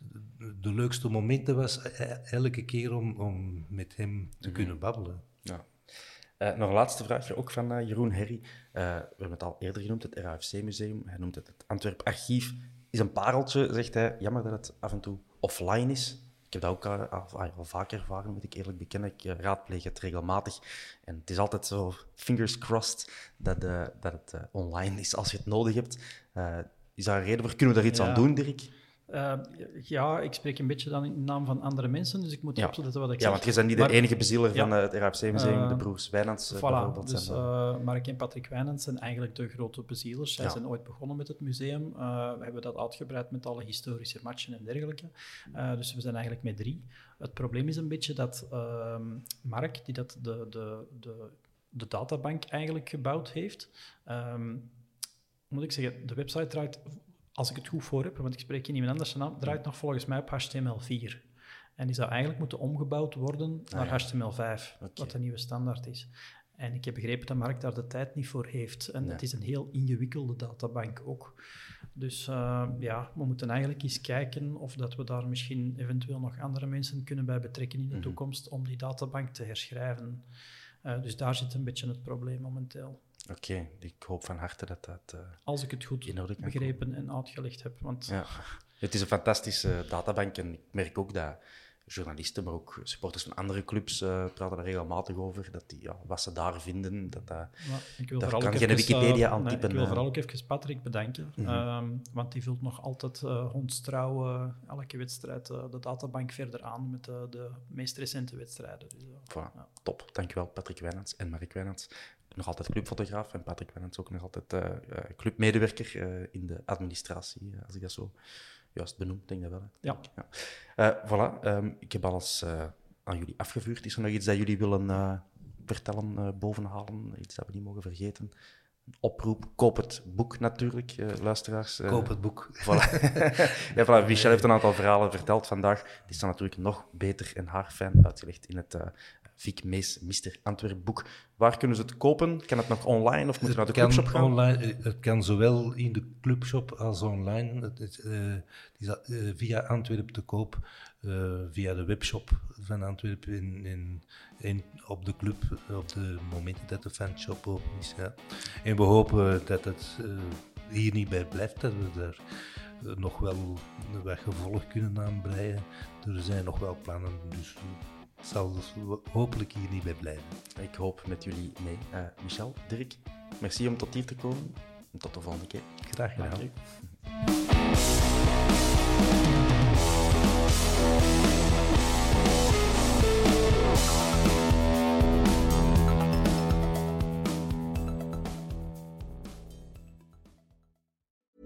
de leukste momenten was elke keer om, om met hem te mm-hmm. kunnen babbelen. Ja. Uh, nog een laatste vraagje, ook van uh, Jeroen Herry. Uh, we hebben het al eerder genoemd, het R A F C-museum. Hij noemt het het Antwerp Archief. Is een pareltje, zegt hij. Jammer dat het af en toe offline is. Ik heb dat ook al, al, al vaak ervaren, moet ik eerlijk bekennen. Ik uh, raadpleeg het regelmatig. En het is altijd zo, fingers crossed, dat, uh, dat het uh, online is als je het nodig hebt. Uh, is daar een reden voor? Kunnen we daar iets ja. aan doen, Dirk? Uh, ja, ik spreek een beetje dan in naam van andere mensen, dus ik moet ja. opzetten wat ik ja, zeg. Ja, want je bent niet maar, de enige bezieler ja. van het R A F C-museum, uh, de broers Wijnands. Voilà, bijvoorbeeld. dus uh, Mark en Patrick Wijnands zijn eigenlijk de grote bezielers. Zij ja. zijn ooit begonnen met het museum. Uh, we hebben dat uitgebreid met alle historische matchen en dergelijke. Uh, dus we zijn eigenlijk met drie. Het probleem is een beetje dat uh, Mark, die dat de, de, de, de databank eigenlijk gebouwd heeft, um, moet ik zeggen, de website draait... Als ik het goed voor heb, want ik spreek hier niemand anders aan, draait nog volgens mij op H T M L vier. En die zou eigenlijk moeten omgebouwd worden naar ah, ja. H T M L vijf, okay. wat de nieuwe standaard is. En ik heb begrepen dat Mark daar de tijd niet voor heeft. En ja. het is een heel ingewikkelde databank ook. Dus uh, ja, we moeten eigenlijk eens kijken of dat we daar misschien eventueel nog andere mensen kunnen bij betrekken in de mm-hmm. toekomst om die databank te herschrijven. Uh, dus daar zit een beetje het probleem momenteel. Oké, okay, ik hoop van harte dat dat... Uh, Als ik het goed begrepen komen. en uitgelegd heb. Want... Ja. Het is een fantastische databank en ik merk ook dat journalisten, maar ook supporters van andere clubs uh, praten er regelmatig over, dat die, ja, wat ze daar vinden, dat, dat, ja, ik wil daar kan geen even, Wikipedia uh, aan nee, typen. Ik wil vooral ook even Patrick bedanken, mm-hmm. um, want die vult nog altijd uh, hondstrouw uh, elke wedstrijd uh, de databank verder aan met uh, de meest recente wedstrijden. Dus, uh, voilà, ja. Top, dankjewel Patrick Wijnands en Mark Wijnands. Nog altijd clubfotograaf en Patrick Wijnands ook nog altijd uh, uh, clubmedewerker uh, in de administratie, uh, als ik dat zo juist benoem, denk dat wel. Ja. ja. Uh, voilà, um, ik heb alles uh, aan jullie afgevuurd. Is er nog iets dat jullie willen uh, vertellen, uh, bovenhalen? Iets dat we niet mogen vergeten? Een oproep, koop het boek natuurlijk, uh, luisteraars. Uh, koop het boek. Voilà. ja, voilà. Michel heeft een aantal verhalen verteld vandaag. Die staan natuurlijk nog beter en haarfijn uitgelegd in het uh, Vic Mees mister Antwerp boek. Waar kunnen ze het kopen? Kan het nog online of moet je naar de clubshop gaan? Online, het kan zowel in de clubshop als online. Het is, uh, het is uh, via Antwerp te koop, uh, via de webshop van Antwerp en, en, en op de club op de momenten dat de fanshop open is. Ja. En we hopen dat het uh, hier niet bij blijft, dat we daar uh, nog wel wat gevolg kunnen aanbreien. Er zijn nog wel plannen, dus... Het zal dus hopelijk hier niet bij blijven. Ik hoop met jullie mee. Uh, Michel, Dirk, merci om tot hier te komen. En tot de volgende keer. Graag gedaan. Dank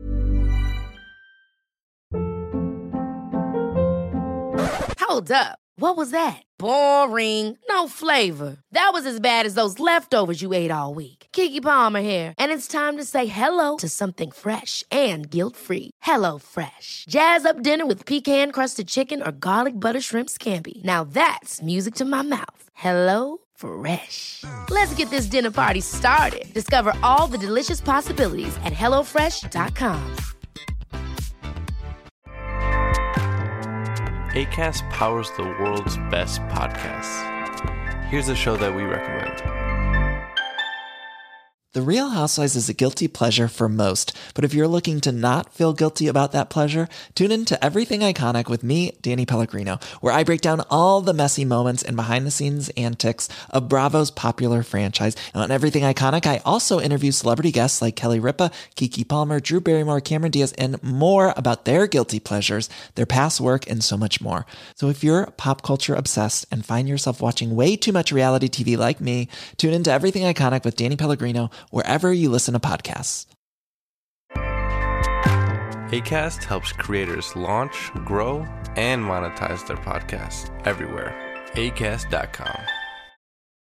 Hold up. What was that? Boring. No flavor. That was as bad as those leftovers you ate all week. Keke Palmer here, and it's time to say hello to something fresh and guilt-free. Hello Fresh. Jazz up dinner with pecan-crusted chicken or garlic butter shrimp scampi. Now that's music to my mouth. Hello Fresh. Let's get this dinner party started. Discover all the delicious possibilities at hello fresh dot com. Acast powers the world's best podcasts. Here's a show that we recommend. The Real Housewives is a guilty pleasure for most, but if you're looking to not feel guilty about that pleasure, tune in to Everything Iconic with me, Danny Pellegrino, where I break down all the messy moments and behind-the-scenes antics of Bravo's popular franchise. And on Everything Iconic, I also interview celebrity guests like Kelly Ripa, Keke Palmer, Drew Barrymore, Cameron Diaz, and more about their guilty pleasures, their past work, and so much more. So if you're pop culture obsessed and find yourself watching way too much reality T V like me, tune in to Everything Iconic with Danny Pellegrino, wherever you listen to podcasts. Acast helps creators launch, grow, and monetize their podcasts everywhere. acast dot com.